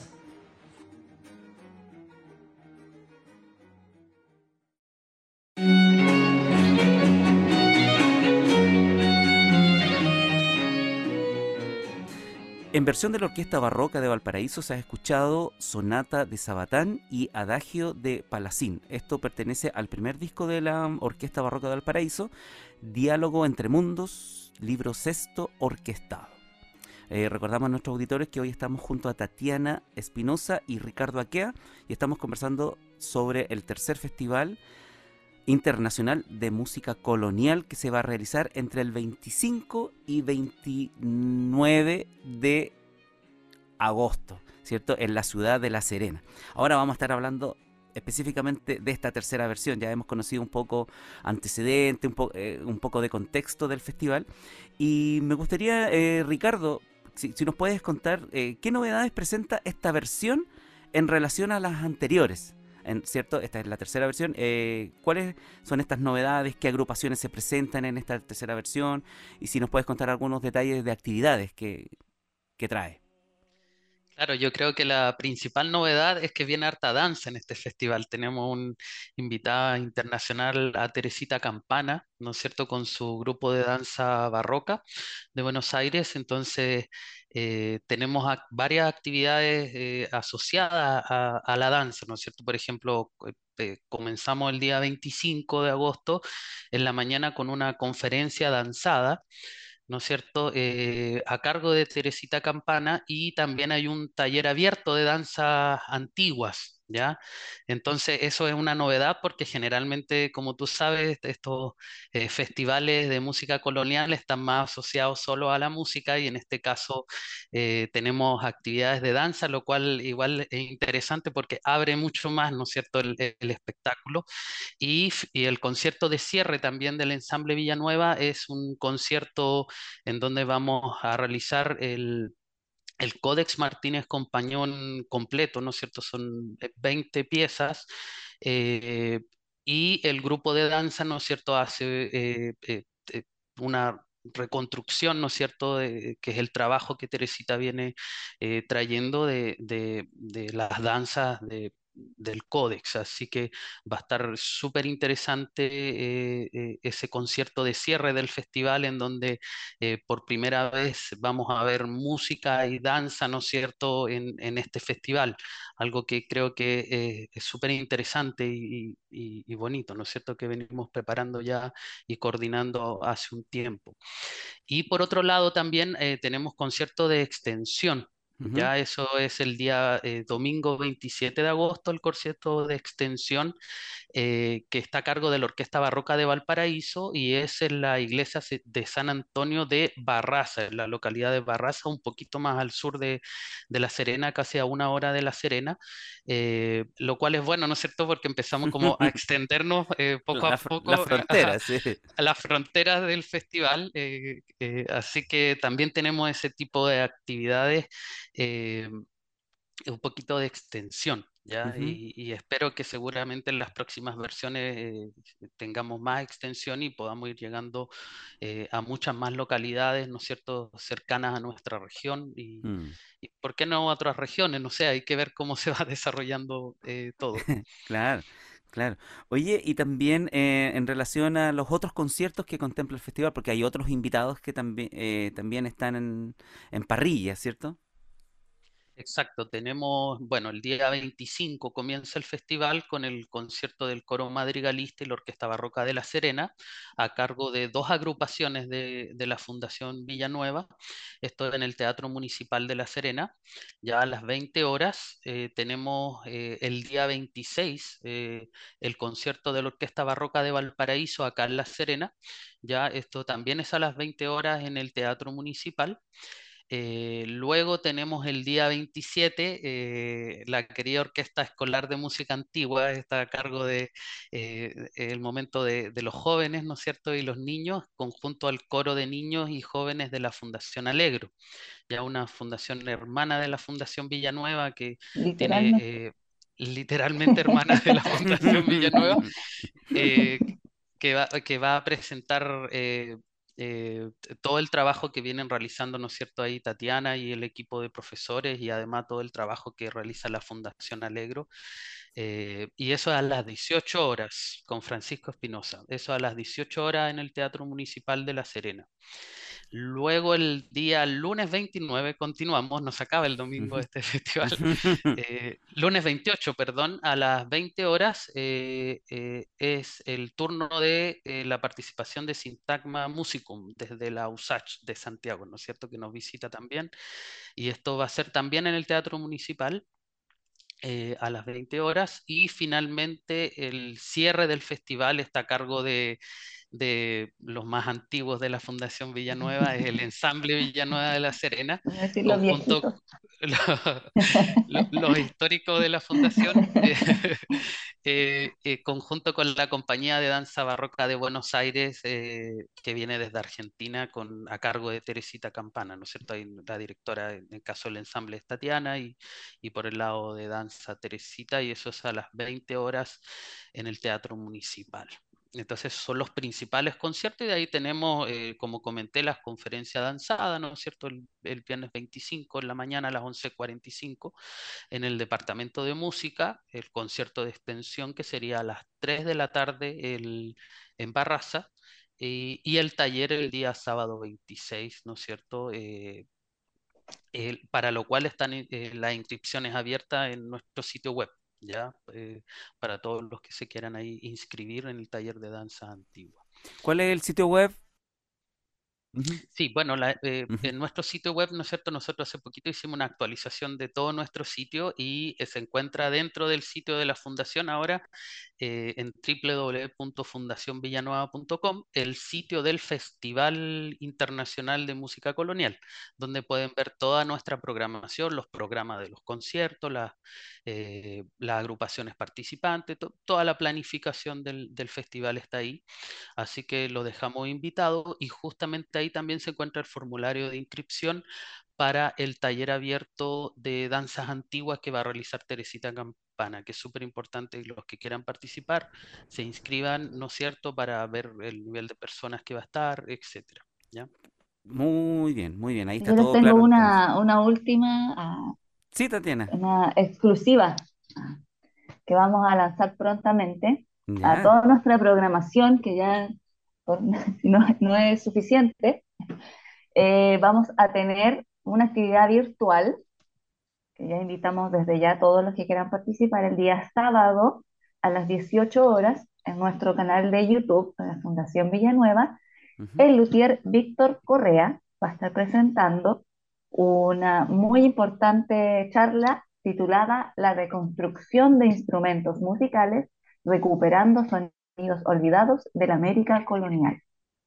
En versión de la Orquesta Barroca de Valparaíso se ha escuchado Sonata de Sabatán y Adagio de Palacín. Esto pertenece al primer disco de la Orquesta Barroca de Valparaíso, Diálogo entre Mundos, libro sexto orquestado. Eh, recordamos a nuestros auditores que hoy estamos junto a Tatiana Espinosa y Ricardo Aquea y estamos conversando sobre el tercer Festival Internacional de Música Colonial que se va a realizar entre el veinticinco y veintinueve de agosto, ¿cierto? En la ciudad de La Serena. Ahora vamos a estar hablando específicamente de esta tercera versión. Ya hemos conocido un poco antecedente, un, po eh, un poco de contexto del festival. Y me gustaría, eh, Ricardo, si, si nos puedes contar eh, qué novedades presenta esta versión en relación a las anteriores. En, ¿Cierto? Esta es la tercera versión. Eh, ¿Cuáles son estas novedades? ¿Qué agrupaciones se presentan en esta tercera versión? Y si nos puedes contar algunos detalles de actividades que, que trae. Claro, yo creo que la principal novedad es que viene harta danza en este festival. Tenemos un invitada internacional a Teresita Campana, ¿no es cierto?, con su grupo de danza barroca de Buenos Aires. Entonces, eh, tenemos ac- varias actividades eh, asociadas a, a la danza, ¿no es cierto? Por ejemplo, eh, eh, comenzamos el día veinticinco de agosto en la mañana con una conferencia danzada, ¿no es cierto?, eh, a cargo de Teresita Campana, y también hay un taller abierto de danzas antiguas, ¿ya? Entonces, eso es una novedad porque generalmente, como tú sabes, estos eh, festivales de música colonial están más asociados solo a la música, y en este caso eh, tenemos actividades de danza, lo cual igual es interesante porque abre mucho más, ¿no es cierto?, el el espectáculo. Y, f- y el concierto de cierre también del Ensamble Villanueva es un concierto en donde vamos a realizar el, el Códex Martínez Compañón completo, ¿no es cierto? Son eh, veinte piezas, eh, y el grupo de danza, ¿no es cierto?, hace eh, eh, eh, una reconstrucción, ¿no es cierto?, de- que es el trabajo que Teresita viene eh, trayendo de, de- de las danzas de- del Códex. Así que va a estar súper interesante eh, eh, ese concierto de cierre del festival, en donde eh, por primera vez vamos a ver música y danza, ¿no es cierto?, en, en este festival, algo que creo que eh, es súper interesante y, y- y bonito, ¿no es cierto?, que venimos preparando ya y coordinando hace un tiempo. Y por otro lado también eh, tenemos concierto de extensión. Ujú. Ya eso es el día eh, domingo veintisiete de agosto, el concierto de extensión, eh, que está a cargo de la Orquesta Barroca de Valparaíso, y es en la iglesia se- de San Antonio de Barraza, en la localidad de Barraza, un poquito más al sur de, de La Serena, casi a una hora de La Serena, eh, lo cual es bueno, ¿no es cierto?, porque empezamos como a extendernos eh, poco La, a fr- la poco frontera, sí. a las fronteras del festival, eh, eh, así que también tenemos ese tipo de actividades, eh, un poquito de extensión, ¿ya? Ujú. Y, y espero que seguramente en las próximas versiones eh, tengamos más extensión y podamos ir llegando eh, a muchas más localidades, ¿no es cierto?, cercanas a nuestra región, y, Mm. y ¿por qué no a otras regiones? No sé, hay que ver cómo se va desarrollando eh, todo. Claro, claro. Oye, y también eh, en relación a los otros conciertos que contempla el festival, porque hay otros invitados que también, eh, también están en, en parrilla, ¿cierto? Exacto, tenemos, bueno, el día veinticinco comienza el festival con el concierto del Coro Madrigalista y la Orquesta Barroca de La Serena, a cargo de dos agrupaciones de, de la Fundación Villanueva. Esto en el Teatro Municipal de La Serena. Ya a las veinte horas eh, tenemos eh, el día veintiséis eh, el concierto de la Orquesta Barroca de Valparaíso acá en La Serena. Ya esto también es a las veinte horas en el Teatro Municipal. Eh, luego tenemos el día veintisiete, eh, la querida Orquesta Escolar de Música Antigua, está a cargo de eh, el momento de, de los jóvenes, ¿no es cierto? Y los niños, conjunto al coro de niños y jóvenes de la Fundación Alegro, ya una fundación hermana de la Fundación Villanueva que tiene literalmente. eh, literalmente hermana de la Fundación Villanueva, eh, que va, que va a presentar eh, eh, todo el trabajo que vienen realizando, ¿no es cierto?, ahí Tatiana y el equipo de profesores y además todo el trabajo que realiza la Fundación Alegro. Eh, y eso a las dieciocho horas con Francisco Espinosa, eso a las dieciocho horas en el Teatro Municipal de La Serena. Luego el día lunes veintinueve continuamos, nos acaba el domingo este festival. Eh, lunes veintiocho, perdón, a las veinte horas eh, eh, es el turno de eh, la participación de Sintagma Musicum desde la U S A C de Santiago, ¿no es cierto? Que nos visita también. Y esto va a ser también en el Teatro Municipal eh, a las veinte horas. Y finalmente el cierre del festival está a cargo de de los más antiguos de la Fundación Villanueva, es el Ensamble Villanueva de La Serena, Voy a decir los conjunto viejitos. lo- lo- los históricos de la Fundación, eh, eh, eh, conjunto con la Compañía de Danza Barroca de Buenos Aires, eh, que viene desde Argentina con, a cargo de Teresita Campana, ¿no es cierto? Ahí la directora, en el caso del ensamble, es Tatiana, y, y por el lado de danza, Teresita, y eso es a las veinte horas en el Teatro Municipal. Entonces son los principales conciertos y de ahí tenemos, eh, como comenté, las conferencias danzadas, ¿no es cierto? El, el viernes veinticinco en la mañana a las once cuarenta y cinco en el departamento de música, el concierto de extensión que sería a las tres de la tarde el, en Barraza y, y el taller el día sábado veintiséis, ¿no es cierto? Eh, el- para lo cual están eh, las inscripciones abiertas en nuestro sitio web. ¿Ya? Eh, para todos los que se quieran ahí inscribir en el taller de danza antigua. ¿Cuál es el sitio web? Ujú, Sí, bueno, la- eh, ujú. en nuestro sitio web, ¿no es cierto? Nosotros hace poquito hicimos una actualización de todo nuestro sitio y eh, se encuentra dentro del sitio de la fundación ahora eh, en w w w punto fundación villanueva punto com, el sitio del Festival Internacional de Música Colonial, donde pueden ver toda nuestra programación, los programas de los conciertos, las, eh, las agrupaciones participantes, to- toda la planificación del, del festival está ahí. Así que lo dejamos invitado y justamente ahí también se encuentra el formulario de inscripción para el taller abierto de danzas antiguas que va a realizar Teresita Campana, que es súper importante y los que quieran participar se inscriban, ¿no es cierto?, para ver el nivel de personas que va a estar, etcétera. ¿Ya? Muy bien, muy bien. Ahí está Yo les todo tengo claro entonces. una, una última, ah, Sí, Tatiana. una exclusiva ah, que vamos a lanzar prontamente a Ya. toda nuestra programación, que ya por- si no, no es suficiente. Eh, vamos a tener una actividad virtual que ya invitamos desde ya a todos los que quieran participar el día sábado a las dieciocho horas en nuestro canal de YouTube de la Fundación Villanueva. Ujú. El luthier Víctor Correa va a estar presentando una muy importante charla titulada La reconstrucción de instrumentos musicales, recuperando sonidos olvidados de la América colonial.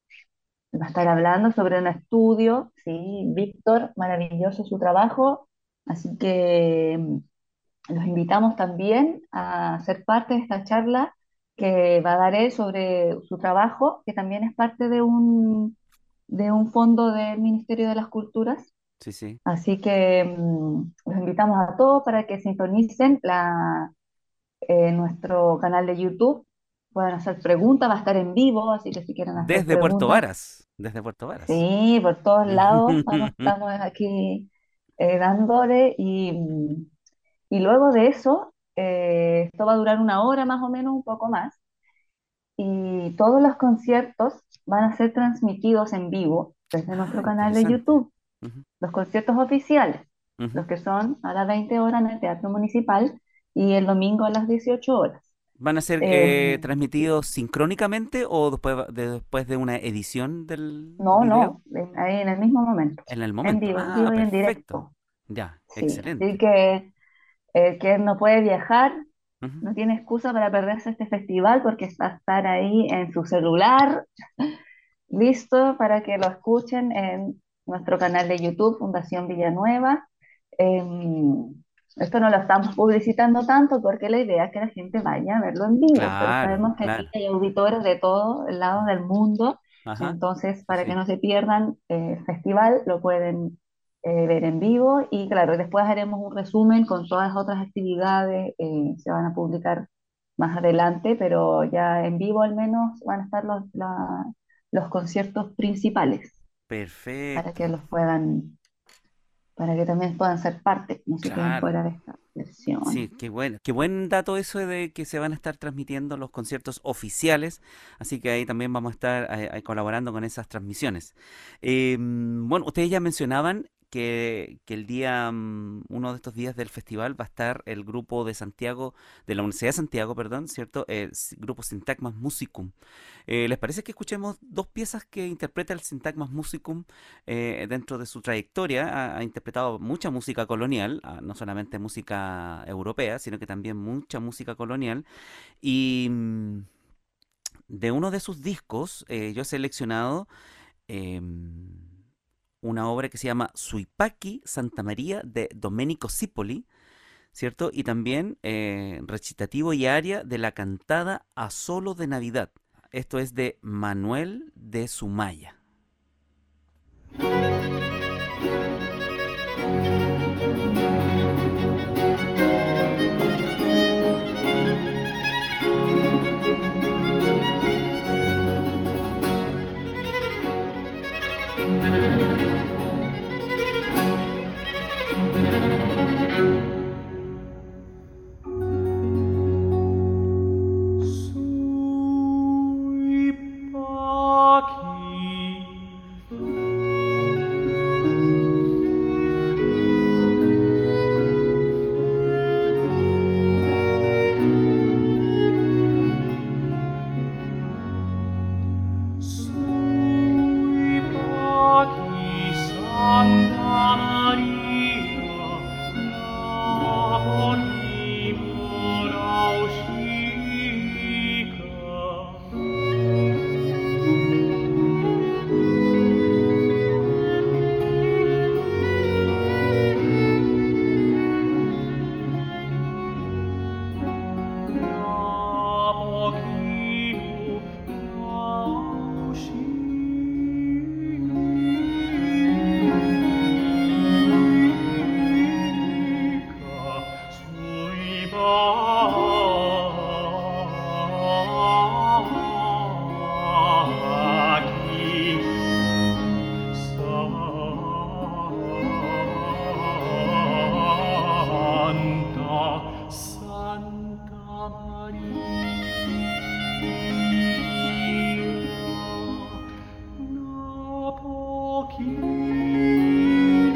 Va a estar hablando sobre un estudio, sí, Víctor, maravilloso su trabajo, así que mm, los invitamos también a ser parte de esta charla que va a dar él sobre su trabajo, que también es parte de un, de un fondo del Ministerio de las Culturas. Sí, sí. Así que mm, los invitamos a todos para que sintonicen la, eh, nuestro canal de YouTube. Pueden hacer preguntas, va a estar en vivo, así que si quieren hacer Desde Puerto preguntas, Varas. Desde Puerto Varas. sí, por todos lados vamos, estamos aquí eh, dándole y, mm, y luego de eso, eh, esto va a durar una hora más o menos, un poco más, y todos los conciertos van a ser transmitidos en vivo desde Ah, nuestro canal de interesante. YouTube, Ujú. los conciertos oficiales. Ujú. los que son a las veinte horas en el Teatro Municipal y el domingo a las dieciocho horas. ¿Van a ser Eh, eh, transmitidos sincrónicamente o después, de, después de una edición del no, video? no, en- ahí en el mismo momento, En el en momento. vivo, en Ah, vivo y en perfecto. directo. Ya, Sí, así excelente. que el que no puede viajar Ujú. no tiene excusa para perderse este festival porque va a estar ahí en su celular, listo para que lo escuchen en nuestro canal de YouTube, Fundación Villanueva. Em, Esto no lo estamos publicitando tanto porque la idea es que la gente vaya a verlo en vivo, pero Claro, sabemos que aquí claro. hay auditores de todos lados del mundo, Ajá. entonces Sí, para que sí. no se pierdan eh, el festival lo pueden eh, ver en vivo y claro, después haremos un resumen con todas las otras actividades, eh, se van a publicar más adelante, pero ya en vivo al menos van a estar los, la- los conciertos principales para que Perfecto. los puedan, para que también puedan ser parte, no se queden Claro. fuera de esta Sí, versión. qué bueno. Qué buen dato eso de que se van a estar transmitiendo los conciertos oficiales. Así que ahí también vamos a estar eh, eh, colaborando con esas transmisiones. Eh, mm, bueno, ustedes ya mencionaban que, que el día, mm, uno de estos días del festival va a estar el grupo de Santiago, de la Universidad de Santiago, perdón, ¿cierto? El s- grupo Syntagmas Musicum. Eh, ¿les parece que escuchemos dos piezas que interpreta el Syntagmas Musicum eh, dentro de su trayectoria? Ha, ha interpretado mucha música colonial, ah, no solamente música europea, sino que también mucha música colonial. Y mm, de uno de sus discos, eh, yo he seleccionado em, una obra que se llama Suipaki Santa María de Domenico Cipoli, ¿cierto? Y también eh, recitativo y aria de la cantada A Solo de Navidad. Esto es de Manuel de Sumaya. Sui pochi sui pochi Santa Maria Napoli mora uscica. Santa, Santa Maria, na pochi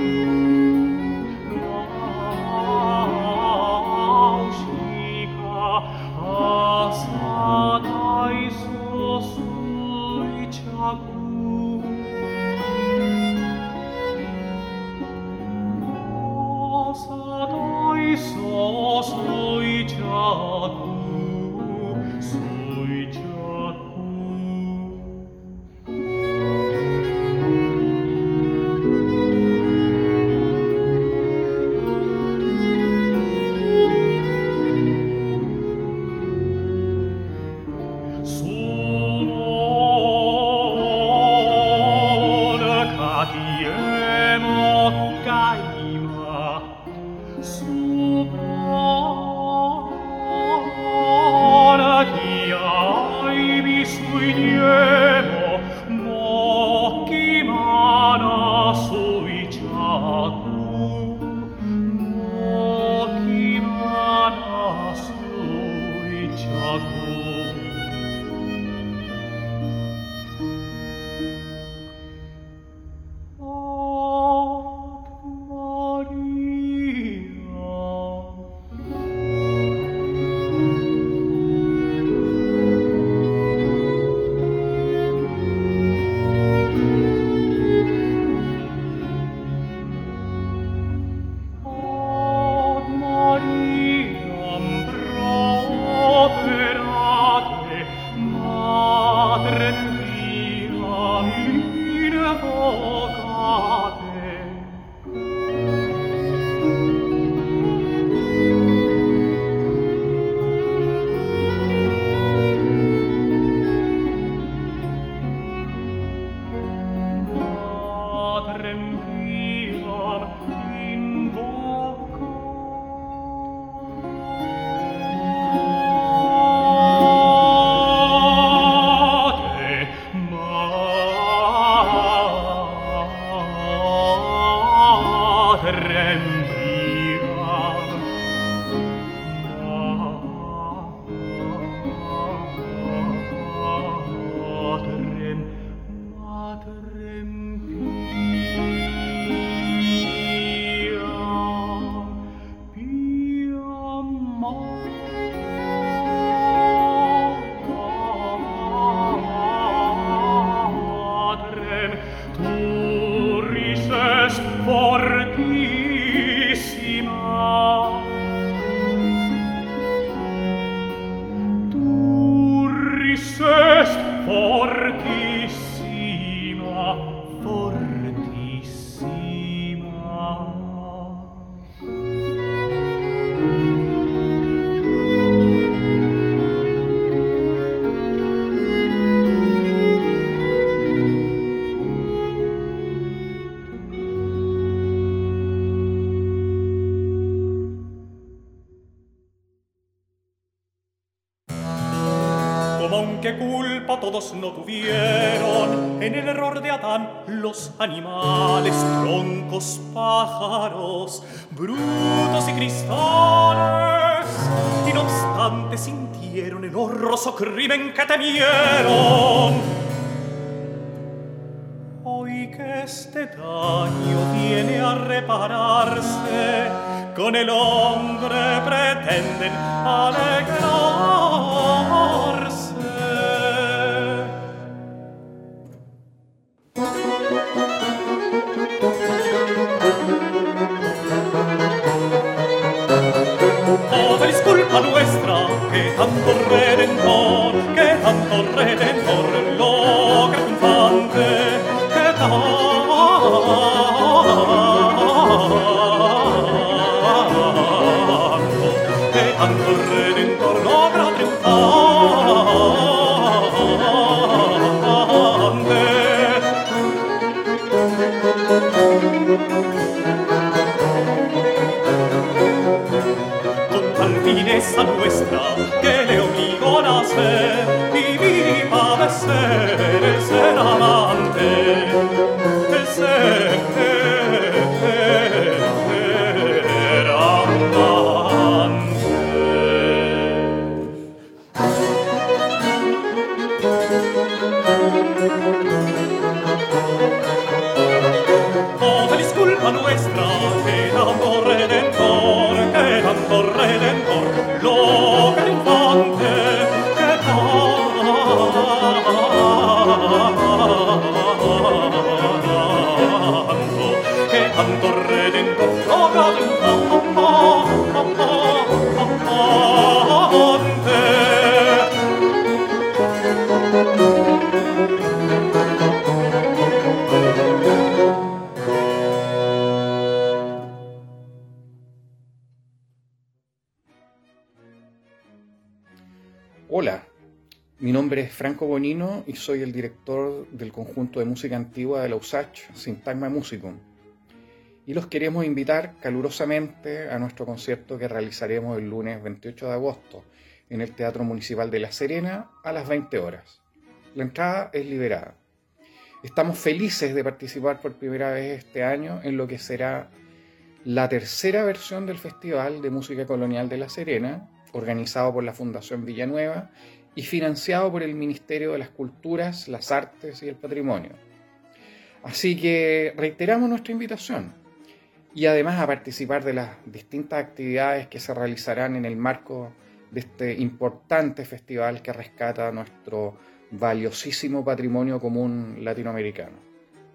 lausica, assatai sosui ciacum. Assatai sosui ciacum, sui ciacum. Suona catiemo caima, suona chi ai mi suiniemo, mo chi mana sui ciacum, mo chi mana sui ciacum. Ave Maria. ¿Qué culpa todos no tuvieron en el error de Adán? Los animales, troncos, pájaros, brutos y cristales, y no obstante sintieron el horroroso crimen que temieron. Hoy que este daño viene a repararse, con el hombre pretenden alegrarse. Oh, feliz culpa nuestra, que tanto redentor, que tanto redentor logra triunfante, que tanto, que tanto redentor logra fineza nuestra que le obligó a nacer y viva de ser, el ser amante, el ser, el amante. Oh, feliz culpa nuestra que tanto redentor, que tanto redentor logra infante, que tanto, que tanto redentor logra infante. Hola, mi nombre es Franco Bonino y soy el director del conjunto de música antigua de la U S A C, Sintagma Musicum. Y los queremos invitar calurosamente a nuestro concierto que realizaremos el lunes veintiocho de agosto en el Teatro Municipal de La Serena a las veinte horas. La entrada es liberada. Estamos felices de participar por primera vez este año en lo que será la tercera versión del Festival de Música Colonial de La Serena, organizado por la Fundación Villanueva y financiado por el Ministerio de las Culturas, las Artes y el Patrimonio. Así que reiteramos nuestra invitación y además a participar de las distintas actividades que se realizarán en el marco de este importante festival que rescata nuestro valiosísimo patrimonio común latinoamericano.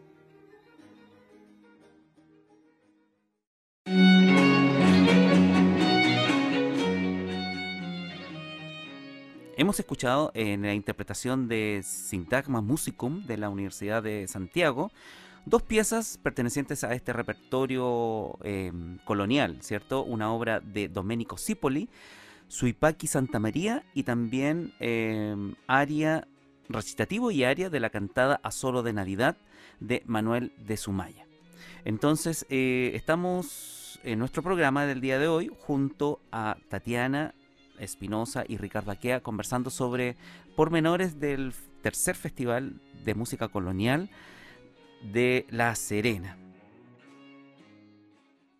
Hemos escuchado en la interpretación de Sintagma Musicum de la Universidad de Santiago dos piezas pertenecientes a este repertorio eh, colonial, ¿cierto? Una obra de Domenico Cipoli, Suipaki Santa María, y también eh, aria recitativo y aria de la cantada A Solo de Navidad de Manuel de Sumaya. Entonces, eh, estamos en nuestro programa del día de hoy junto a Tatiana Espinosa y Ricardo Aquea conversando sobre pormenores del tercer Festival de Música Colonial de La Serena.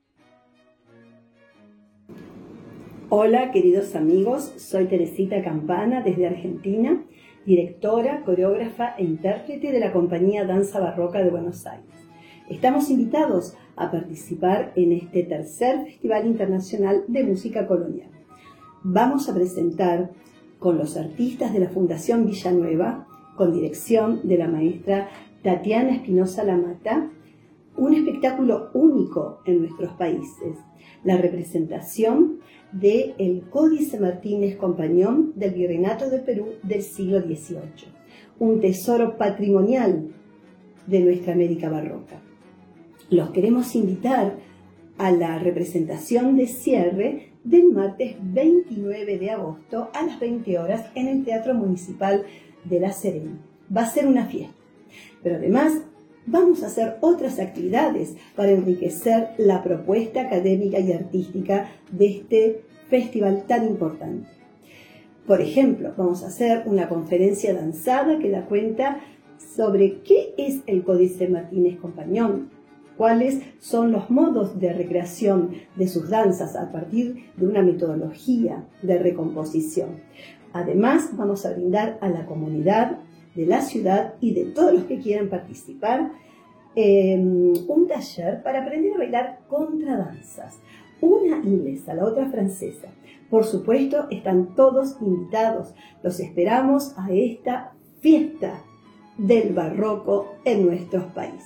Hola queridos amigos, soy Teresita Campana desde Argentina, directora, coreógrafa e intérprete de la compañía Danza Barroca de Buenos Aires. Estamos invitados a participar en este tercer Festival Internacional de Música Colonial. Vamos a presentar con los artistas de la Fundación Villanueva, con dirección de la maestra Tatiana Espinosa Lamata, un espectáculo único en nuestros países, la representación del Códice Martínez Compañón del Virreinato de Perú del siglo dieciocho, un tesoro patrimonial de nuestra América barroca. Los queremos invitar a la representación de cierre del martes veintinueve de agosto a las veinte horas en el Teatro Municipal de La Serena. Va a ser una fiesta, pero además vamos a hacer otras actividades para enriquecer la propuesta académica y artística de este festival tan importante. Por ejemplo, vamos a hacer una conferencia danzada que da cuenta sobre qué es el Códice Martínez Compañón, cuáles son los modos de recreación de sus danzas a partir de una metodología de recomposición. Además, vamos a brindar a la comunidad de la ciudad y de todos los que quieran participar eh, un taller para aprender a bailar contradanzas, una inglesa, la otra francesa. Por supuesto, están todos invitados. Los esperamos a esta fiesta del barroco en nuestros países.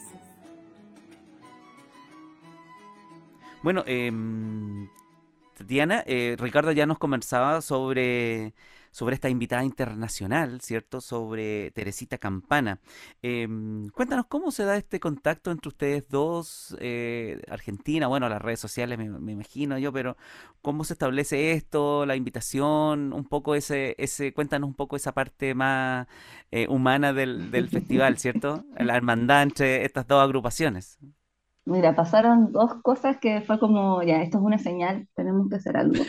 Bueno, eh, Diana, eh, Ricardo ya nos conversaba sobre, sobre esta invitada internacional, ¿cierto? Sobre Teresita Campana. Eh, cuéntanos cómo se da este contacto entre ustedes dos, eh, Argentina, bueno, las redes sociales me, me imagino yo, pero cómo se establece esto, la invitación, un poco ese, ese, cuéntanos un poco esa parte más eh, humana del, del festival, ¿cierto? La hermandad entre estas dos agrupaciones. Mira, pasaron dos cosas que fue como, ya, esto es una señal, tenemos que hacer algo.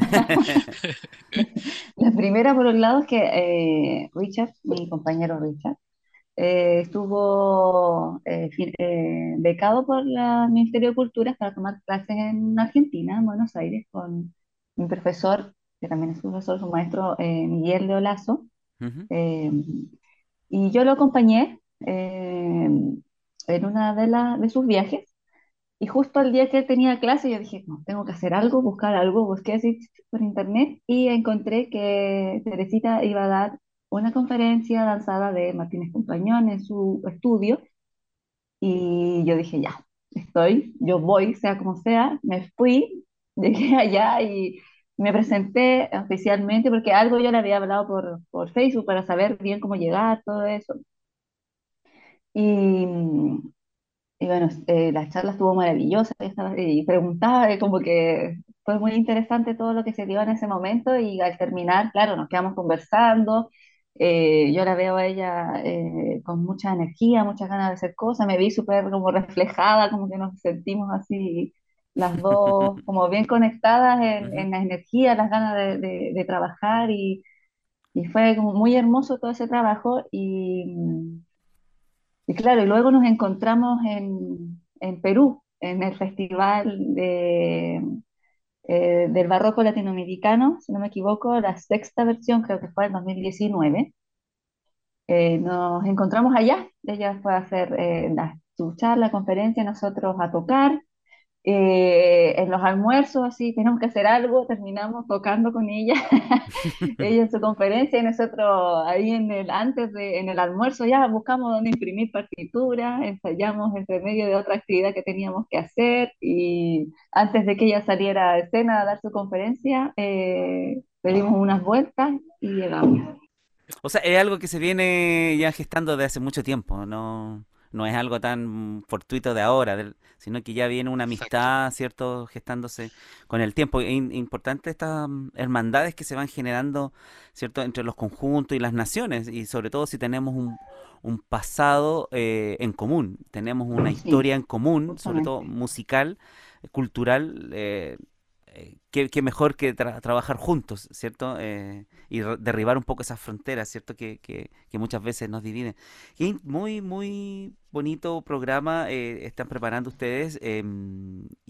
La primera, por un lado, es que eh, Richard, mi compañero Richard, eh, estuvo eh, fi- eh, becado por la- el Ministerio de Cultura para tomar clases en Argentina, en Buenos Aires, con mi profesor, que también es profesor, su maestro eh, Miguel de Olazo, Ujú. eh, y yo lo acompañé eh, en una de, la- de sus viajes. Y justo el día que él tenía clase, yo dije, no, tengo que hacer algo, buscar algo. Busqué así por internet y encontré que Teresita iba a dar una conferencia danzada de Martínez Compañón en su estudio. Y yo dije, ya, estoy, yo voy, sea como sea. Me fui, llegué allá y me presenté oficialmente porque algo yo le había hablado por, por Facebook para saber bien cómo llegar, todo eso. Y, Y bueno, eh, la charla estuvo maravillosa, yo estaba- y preguntaba, eh, como que fue muy interesante todo lo que se dio en ese momento y al terminar, claro, nos quedamos conversando, eh, yo la veo a ella eh, con mucha energía, muchas ganas de hacer cosas, me vi súper como reflejada, como que nos sentimos así las dos como bien conectadas en, Ujú. en la energía, las ganas de, de- de trabajar y, y fue como muy hermoso todo ese trabajo y... Y claro, y luego nos encontramos en, en Perú, en el Festival de, eh, del Barroco Latinoamericano, si no me equivoco, la sexta versión, creo que fue en dos mil diecinueve. Eh, nos encontramos allá, ella fue a hacer eh, la- su charla, conferencia, nosotros a tocar. Eh, en los almuerzos, así, tenemos que hacer algo, terminamos tocando con ella, ella en su conferencia y nosotros ahí en el, antes de, en el almuerzo ya buscamos dónde imprimir partituras, ensayamos entre medio de otra actividad que teníamos que hacer y antes de que ella saliera a escena a dar su conferencia, eh, pedimos unas vueltas y llegamos. O sea, es algo que se viene ya gestando de hace mucho tiempo, no, no es algo tan fortuito de ahora, del- sino que ya viene una Exacto. amistad, ¿cierto?, gestándose con el tiempo. Es in- importante estas mm, hermandades que se van generando, ¿cierto?, entre los conjuntos y las naciones, y sobre todo si tenemos un, un pasado eh, en común, tenemos una Sí, historia en común, sobre todo justamente. musical, cultural. Eh, eh, qué, qué mejor que tra- trabajar juntos, ¿cierto? Eh, y re- derribar un poco esas fronteras, ¿cierto? Que, que, que muchas veces nos dividen. Y muy, muy bonito programa eh, están preparando ustedes em, y,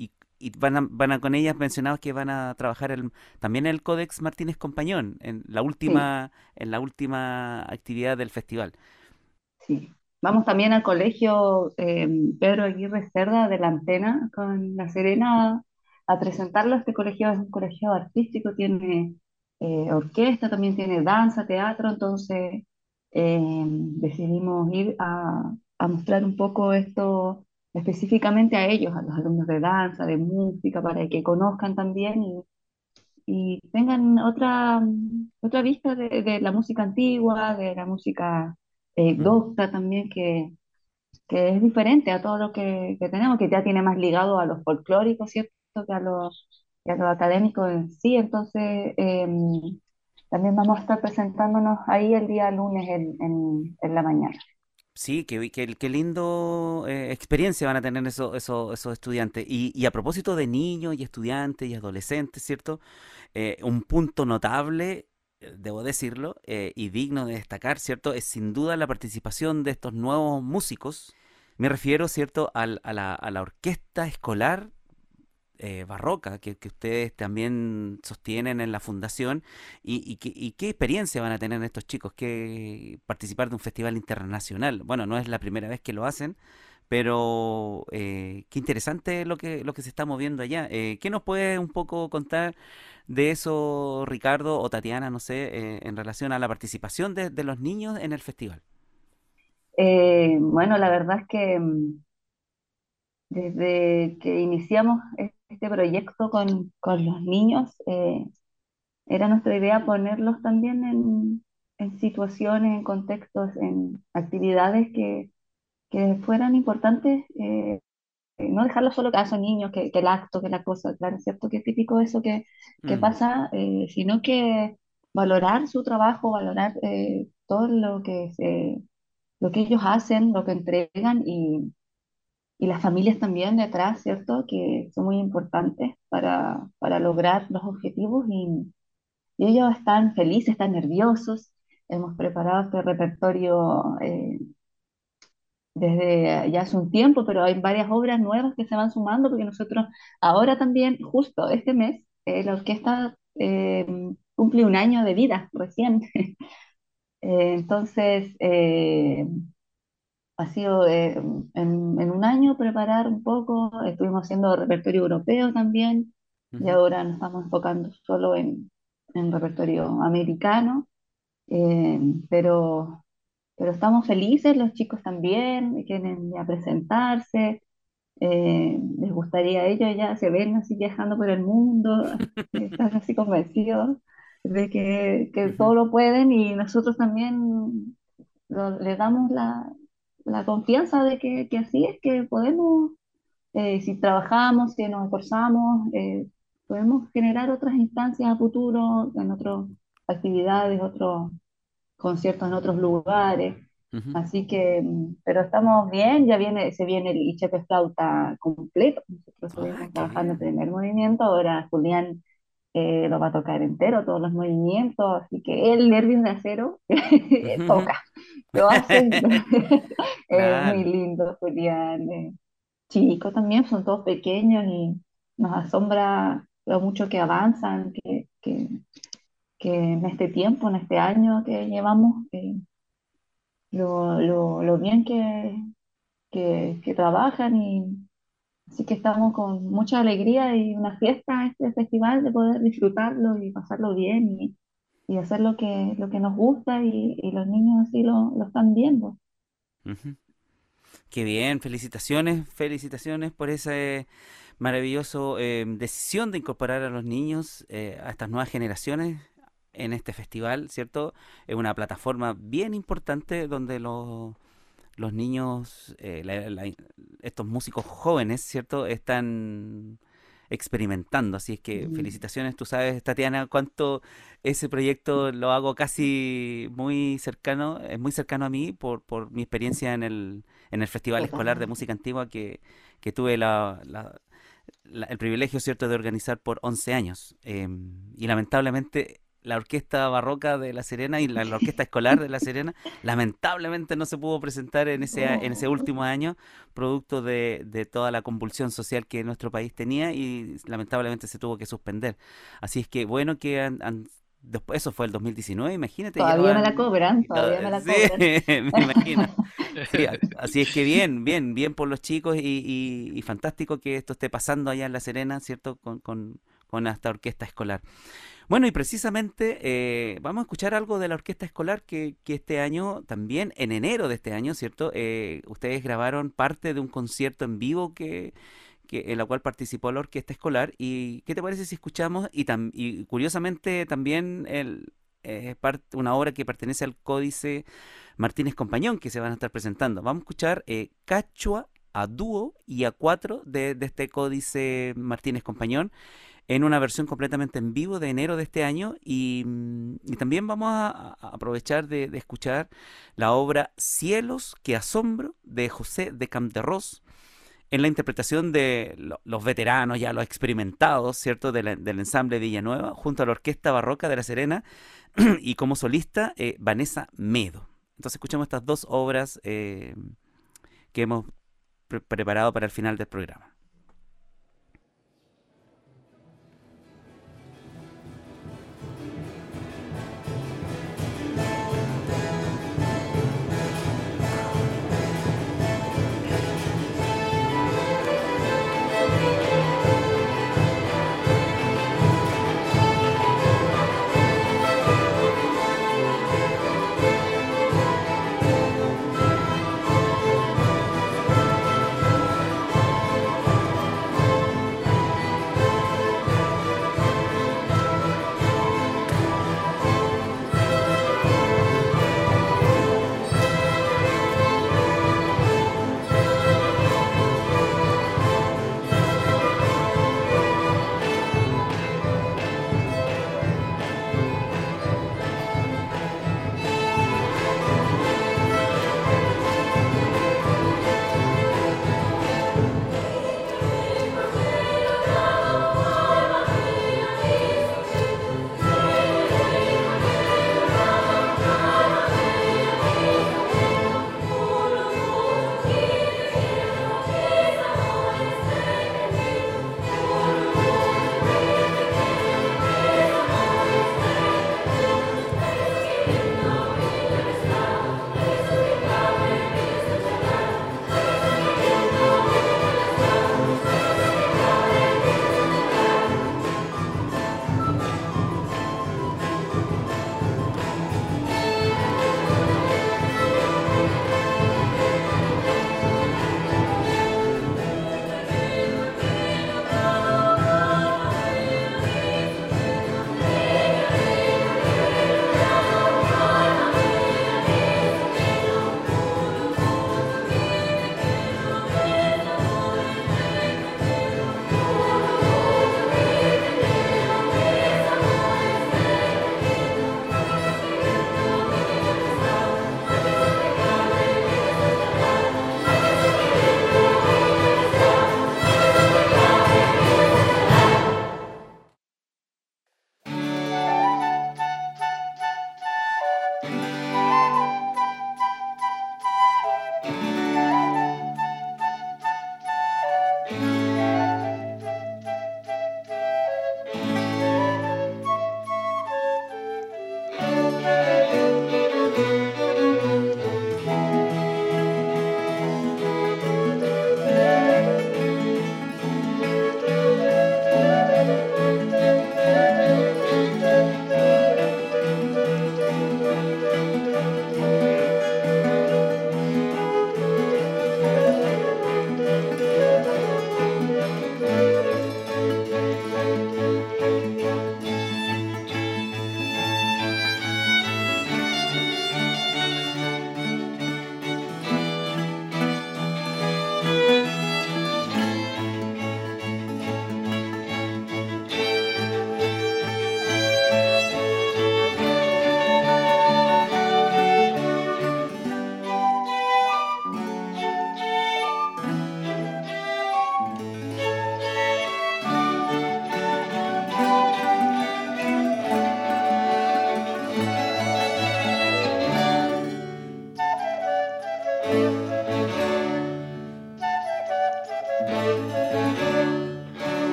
y van a, van a con ellas mencionados que van a trabajar el, también el Códex Martínez Compañón en la Sí, última, en la última actividad del festival. sí. Vamos también al colegio eh, Pedro Aguirre Cerda de la Antena con La Serena a presentarlo. Este colegio es un colegio artístico, tiene eh, orquesta, también tiene danza, teatro, entonces eh, decidimos ir a, a mostrar un poco esto específicamente a ellos, a los alumnos de danza, de música, para que conozcan también y, y tengan otra, otra vista de, de la música antigua, de la música eh, Ujú. docta también, que, que es diferente a todo lo que, que tenemos, que ya tiene más ligado a los folclóricos, ¿cierto? Que a los, que a lo académico en sí. Entonces, eh, también vamos a estar presentándonos ahí el día lunes en, en, en la mañana. Sí, qué, qué, qué lindo eh, experiencia van a tener esos, esos, esos estudiantes. Y, y a propósito de niños y estudiantes y adolescentes, ¿cierto? Eh, un punto notable, eh, debo decirlo, eh, y digno de destacar, ¿cierto? Es sin duda la participación de estos nuevos músicos. Me refiero, ¿cierto?, al- a la, a la orquesta escolar eh, barroca que, que ustedes también sostienen en la fundación y, y, qué, y qué experiencia van a tener estos chicos que participar de un festival internacional. Bueno, no es la primera vez que lo hacen, pero eh, qué interesante lo que, lo que se está moviendo allá. Eh, ¿qué nos puede un poco contar de eso, Ricardo o Tatiana, no sé, eh, en relación a la participación de, de los niños en el festival? Eh, bueno, la verdad es que mm, desde que iniciamos este proyecto con, con los niños, eh, era nuestra idea ponerlos también en, en situaciones, en contextos, en actividades que, que fueran importantes, eh, no dejarlos solo que ah, son niños, que, que el acto, que la cosa, claro, es cierto que es típico eso que, que Mm, pasa, eh, sino que valorar su trabajo, valorar eh, todo lo que, se, lo que ellos hacen, lo que entregan y, y las familias también detrás, ¿cierto? Que son muy importantes para, para lograr los objetivos y, y ellos están felices, están nerviosos. Hemos preparado este repertorio eh, desde ya hace un tiempo, pero hay varias obras nuevas que se van sumando porque nosotros ahora también, justo este mes, eh, la orquesta eh, cumple un año de vida recién. Eh, entonces, eh, ha sido eh, en, en un año preparar un poco, estuvimos haciendo repertorio europeo también y ujú. ahora nos estamos enfocando solo en, en repertorio americano. Eh, pero, pero estamos felices, los chicos también quieren ya presentarse, eh, les gustaría a ellos, ya se ven así viajando por el mundo, están así convencidos de que, que Ujú. todo lo pueden y nosotros también lo- les damos la, la confianza de que, que así es, que podemos, eh, si trabajamos, si nos esforzamos, eh, podemos generar otras instancias a futuro, en otras actividades, otros conciertos en otros lugares. Ujú. Así que, mm, pero estamos bien, ya viene, se viene el Ichepe Flauta completo. Nosotros Ah, estuvimos qué trabajando el bien. primer movimiento, ahora Julián eh, lo va a tocar entero, todos los movimientos, así que el Nervios de Acero Ujú. toca, lo hace, es muy Claro. lindo, Julián. Eh, chico también, son todos pequeños y nos asombra lo mucho que avanzan, que, que, que en este tiempo, en este año que llevamos, eh, lo, lo, lo bien que, que, que trabajan y así que estamos con mucha alegría y una fiesta este festival de poder disfrutarlo y pasarlo bien y, y hacer lo que, lo que nos gusta y, y los niños así lo, lo están viendo. Ujú. Qué bien, felicitaciones, felicitaciones por esa eh, maravillosa decisión de incorporar a los niños, eh, a estas nuevas generaciones en este festival, ¿cierto? Es una plataforma bien importante donde los, los niños, eh, la- la- estos músicos jóvenes, ¿cierto? Están experimentando. Así es que Mm. felicitaciones, tú sabes, Tatiana, cuánto ese proyecto lo hago casi muy cercano, es muy cercano a mí por, por mi experiencia en el, en el Festival Escolar de Totalmente. Música Antigua que, que tuve la, la- la- el privilegio, ¿cierto?, de organizar por once años. Eh, y lamentablemente la Orquesta Barroca de La Serena y la, la Orquesta Escolar de La Serena, lamentablemente no se pudo presentar en ese, a- en ese último año, producto de, de toda la convulsión social que nuestro país tenía y lamentablemente se tuvo que suspender. Así es que bueno que han, han- después, eso fue el dos mil diecinueve, imagínate, ya Todavía me la van... cobran, y to- todavía me la Sí, cobran. me imagino. Sí, a- así es que bien, bien, bien por los chicos y, y- y fantástico que esto esté pasando allá en La Serena, ¿cierto? Con, con, con esta orquesta escolar. Bueno, y precisamente eh, vamos a escuchar algo de la orquesta escolar que, que este año, también en enero de este año, ¿cierto? Eh, ustedes grabaron parte de un concierto en vivo que, que, en la cual participó la orquesta escolar. ¿Y qué te parece si escuchamos? Y, tam- y curiosamente también el, eh, par- una obra que pertenece al Códice Martínez Compañón que se van a estar presentando. Vamos a escuchar eh, Cachua a dúo y a cuatro de, de este Códice Martínez Compañón en una versión completamente en vivo de enero de este año y, mm, y también vamos a, a aprovechar de, de escuchar la obra Cielos que asombro de José de Camderros en la interpretación de lo- los veteranos, ya los experimentados, ¿cierto? De la- del ensamble Villanueva, junto a la Orquesta Barroca de La Serena y como solista eh, Vanessa Medo. Entonces escuchamos estas dos obras eh, que hemos pre- preparado para el final del programa. Thank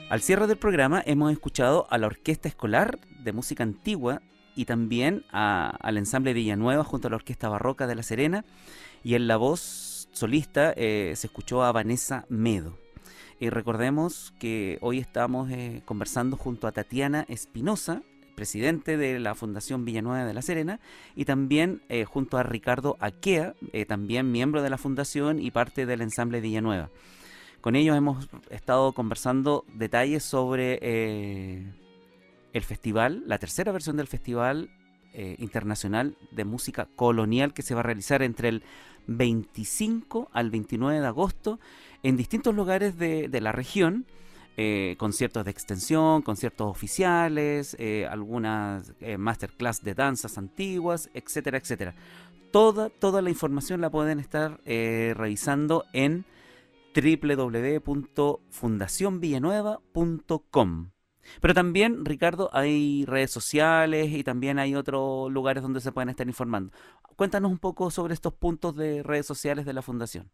Al cierre del programa hemos escuchado a la Orquesta Escolar de Música Antigua y también a- al Ensamble Villanueva junto a la Orquesta Barroca de La Serena, y en la voz solista eh, se escuchó a Vanessa Medo. Y recordemos que hoy estamos eh, conversando junto a Tatiana Espinosa, presidente de la Fundación Villanueva de La Serena, y también eh, junto a Ricardo Aquea, eh, también miembro de la Fundación y parte del Ensamble Villanueva. Con ellos hemos estado conversando detalles sobre eh, el festival, la tercera versión del Festival eh, Internacional de Música Colonial, que se va a realizar entre el veinticinco al veintinueve de agosto en distintos lugares de, de la región, eh, conciertos de extensión, conciertos oficiales, eh, algunas eh, masterclass de danzas antiguas, etcétera, etcétera. Toda, toda la información la pueden estar eh, revisando en doble u doble u doble u punto fundación villanueva punto com. Pero también, Ricardo, hay redes sociales y también hay otros lugares donde se pueden estar informando. Cuéntanos un poco sobre estos puntos de redes sociales de la Fundación.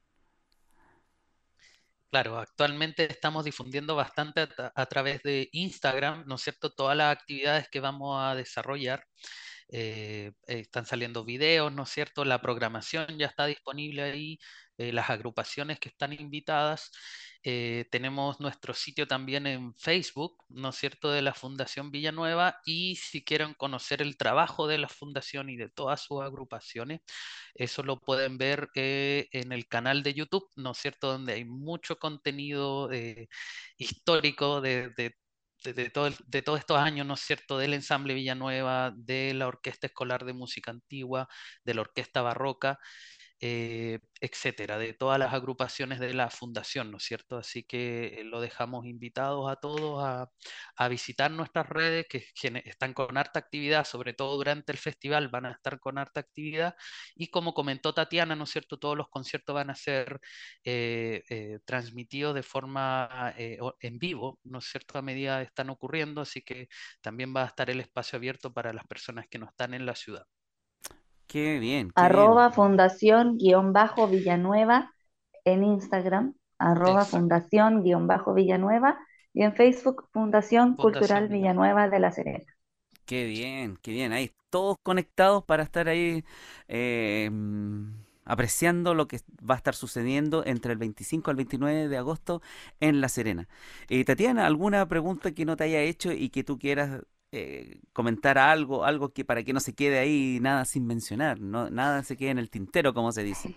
Claro, actualmente estamos difundiendo bastante a, tra- a través de Instagram, ¿no es cierto? Todas las actividades que vamos a desarrollar. Eh, eh, están saliendo videos, ¿no es cierto? La programación ya está disponible ahí, eh, las agrupaciones que están invitadas. Eh, tenemos nuestro sitio también en Facebook, ¿no es cierto?, de la Fundación Villanueva, y si quieren conocer el trabajo de la Fundación y de todas sus agrupaciones, eso lo pueden ver eh, en el canal de YouTube, ¿no es cierto?, donde hay mucho contenido eh, histórico de, de de, de todo el- de todos estos años, ¿no es cierto?, del Ensamble Villanueva, de la Orquesta Escolar de Música Antigua, de la Orquesta Barroca, eh, etcétera, de todas las agrupaciones de la fundación, ¿no es cierto? Así que eh, lo dejamos invitados a todos a, a visitar nuestras redes que gene- están con harta actividad, sobre todo durante el festival van a estar con harta actividad, y como comentó Tatiana, ¿no es cierto? Todos los conciertos van a ser eh, eh, transmitidos de forma eh, o- en vivo, ¿no es cierto? A medida que están ocurriendo, así que también va a estar el espacio abierto para las personas que no están en la ciudad. Qué bien, qué bien. Arroba fundación guión bajo Villanueva en Instagram, arroba Exacto. fundación guión bajo Villanueva y en Facebook Fundación Cultural Fundación Villanueva. Villanueva de La Serena. Qué bien, qué bien. Ahí todos conectados para estar ahí eh, mm, apreciando lo que va a estar sucediendo entre el veinticinco al veintinueve de agosto en La Serena. Eh, Tatiana, ¿alguna pregunta que no te haya hecho y que tú quieras eh, comentar algo, algo que para que no se quede ahí nada sin mencionar, no, nada se quede en el tintero, como se dice?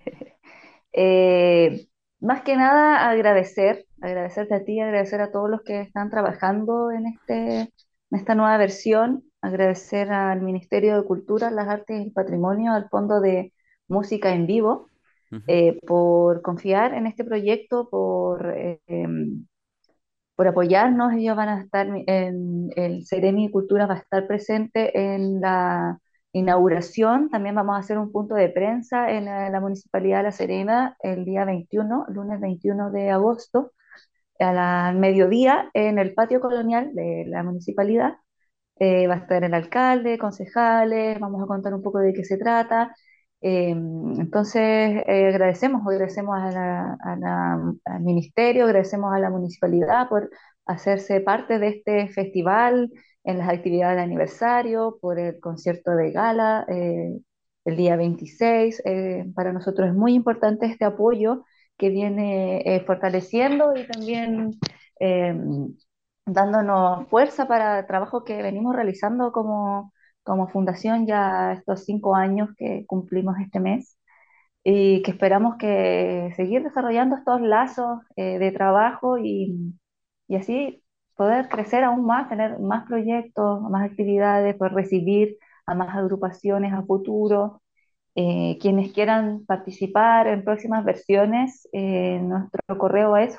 Eh, Más que nada agradecer, agradecerte a ti, agradecer a todos los que están trabajando en este, en esta nueva versión, agradecer al Ministerio de Cultura, las Artes y el Patrimonio, al Fondo de Música en Vivo, Ujú. eh, por confiar en este proyecto, por, eh, em, por apoyarnos. Ellos van a estar, en el Ceremi Cultura va a estar presente en la inauguración. También vamos a hacer un punto de prensa en la, la Municipalidad de La Serena el día veintiuno, lunes veintiuno de agosto, a la- al mediodía, en el patio colonial de la municipalidad. Eh, va a estar el alcalde, concejales, vamos a contar un poco de qué se trata. Eh, entonces, eh, agradecemos, agradecemos a la- a la- al ministerio, agradecemos a la municipalidad por hacerse parte de este festival en las actividades de aniversario, por el concierto de gala eh, el día veintiséis. Eh, para nosotros es muy importante este apoyo que viene eh, fortaleciendo y también eh, dándonos fuerza para el trabajo que venimos realizando como, como fundación ya estos cinco años que cumplimos este mes y que esperamos que seguir desarrollando estos lazos eh, de trabajo y, y así poder crecer aún más, tener más proyectos, más actividades, poder recibir a más agrupaciones a futuro. Eh, quienes quieran participar en próximas versiones, eh, nuestro correo es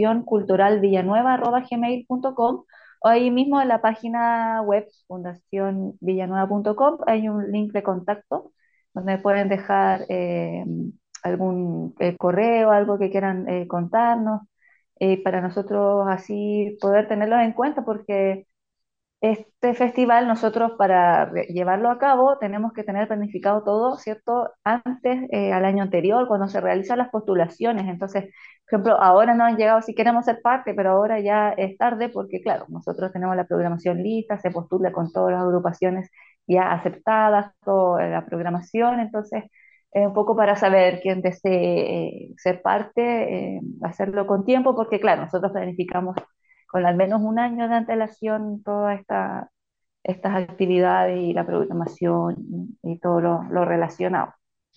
fundacionculturalvillanueva.gmail.com o ahí mismo en la página web fundacionvillanueva punto com hay un link de contacto donde pueden dejar eh, algún eh, correo, algo que quieran eh, contarnos, eh, para nosotros así poder tenerlos en cuenta porque Este festival nosotros para re- llevarlo a cabo tenemos que tener planificado todo, ¿cierto? Antes, eh, al año anterior, cuando se realizan las postulaciones. Entonces, por ejemplo, ahora no han llegado si queremos ser parte, pero ahora ya es tarde porque, claro, nosotros tenemos la programación lista, se postula con todas las agrupaciones ya aceptadas, toda la programación. Entonces, eh, un poco para saber quién desee eh, ser parte, eh, hacerlo con tiempo, porque, claro, nosotros planificamos con al menos un año de antelación todas esta, estas actividades y la programación y, y todo lo, lo relacionado.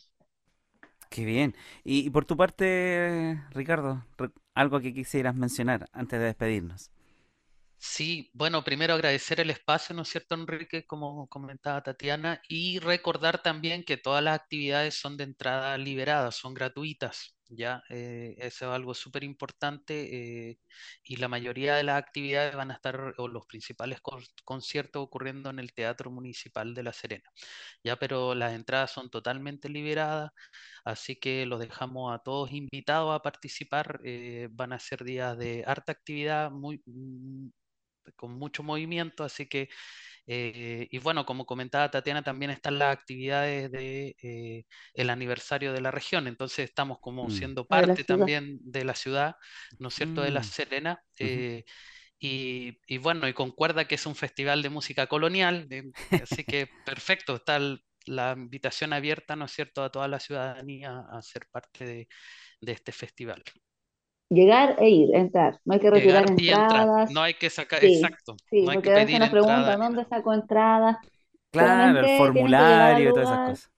Qué bien. Y, y por tu parte, Ricardo, re- algo que quisieras mencionar antes de despedirnos. Sí, bueno, primero agradecer el espacio, ¿no es cierto, Enrique? Como comentaba Tatiana, y recordar también que todas las actividades son de entrada liberada, son gratuitas, ¿ya? Eh, eso es algo súper importante, eh, y la mayoría de las actividades van a estar, o los principales con- conciertos ocurriendo en el Teatro Municipal de La Serena, ¿ya? Pero las entradas son totalmente liberadas, así que los dejamos a todos invitados a participar. Eh, van a ser días de harta actividad, muy, mm, con mucho movimiento, así que, eh, y bueno, como comentaba Tatiana, también están las actividades de eh, el aniversario de la región, entonces estamos como Mm, siendo De la parte ciudad. también de la ciudad, ¿no es cierto?, de La mm, Serena, ujú. eh, y, y bueno, y concuerda que es un festival de música colonial, de- así que perfecto, está el- la invitación abierta, ¿no es cierto?, a toda la ciudadanía a ser parte de, de este festival. Llegar e ir, entrar. No hay que retirar Llegar y entrar, no entradas. hay que sacar, Sí, exacto, sí, no hay que porque a veces pedir nos entrada preguntan ni dónde nada. saco entradas. Claro, el Solamente tienen que llegar al formulario y todas esas lugar, cosas.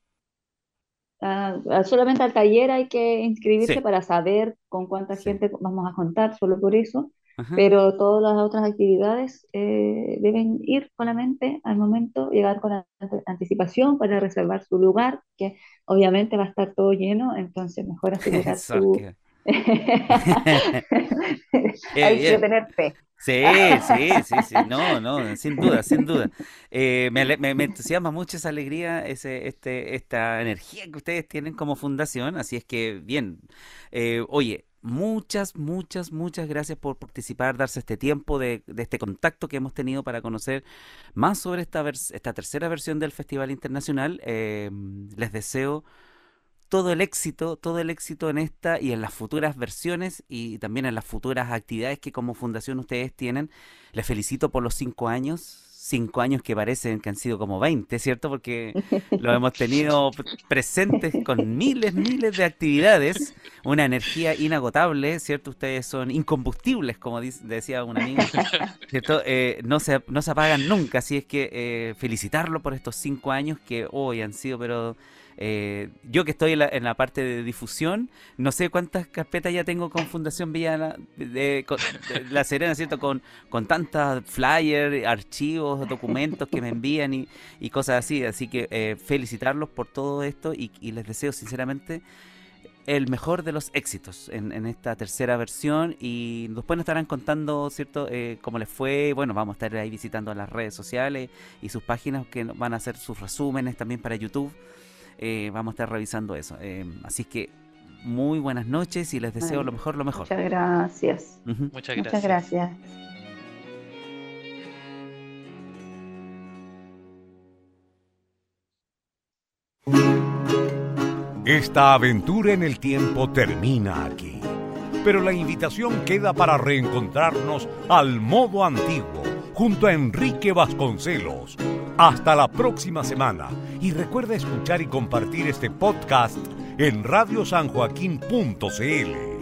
ah, ah, solamente al taller hay que inscribirse Sí, para saber con cuánta sí. gente vamos a contar, solo por eso. Ajá. Pero todas las otras actividades eh, deben ir solamente al momento, llegar con ante- anticipación para reservar su lugar, que obviamente va a estar todo lleno, entonces mejor asegurar Eso, su... qué, qué Hay que bien. tener fe. Sí, sí, sí, sí, no, no, sin duda, sin duda. Eh, me, ale- me- me entusiasma mucho esa alegría, ese, este, esta energía que ustedes tienen como fundación, así es que, bien, eh, oye, muchas, muchas, muchas gracias por participar, darse este tiempo de, de este contacto que hemos tenido para conocer más sobre esta, vers- esta tercera versión del Festival Internacional. Eh, les deseo todo el éxito, todo el éxito en esta y en las futuras versiones y también en las futuras actividades que como fundación ustedes tienen. Les felicito por los cinco años, cinco años que parecen que han sido como veinte, ¿cierto? Porque los hemos tenido p- presentes con miles, miles de actividades, una energía inagotable, ¿cierto? Ustedes son incombustibles, como dice- decía un amigo, ¿cierto? Eh, no se, no se apagan nunca, así es que eh, felicitarlo por estos cinco años que hoy han sido, pero eh, yo que estoy en la, en la parte de difusión, no sé cuántas carpetas ya tengo con Fundación Villa La, de, con- de La Serena, ¿cierto? Con, con tantas flyers, archivos, documentos que me envían y, y cosas así. Así que eh, felicitarlos por todo esto y, y les deseo sinceramente el mejor de los éxitos en, en esta tercera versión y después nos estarán contando, ¿cierto?, eh, cómo les fue. Bueno, vamos a estar ahí visitando las redes sociales y sus páginas que nos van a hacer sus resúmenes también para YouTube. Eh, vamos a estar revisando eso. Eh, así que muy buenas noches y les deseo Vale. lo mejor, lo mejor. Muchas gracias. Ujú. Muchas Muchas gracias. gracias. Esta aventura en el tiempo termina aquí, pero la invitación queda para reencontrarnos al modo antiguo, junto a Enrique Vasconcelos. Hasta la próxima semana y recuerda escuchar y compartir este podcast en radio san joaquín punto c l.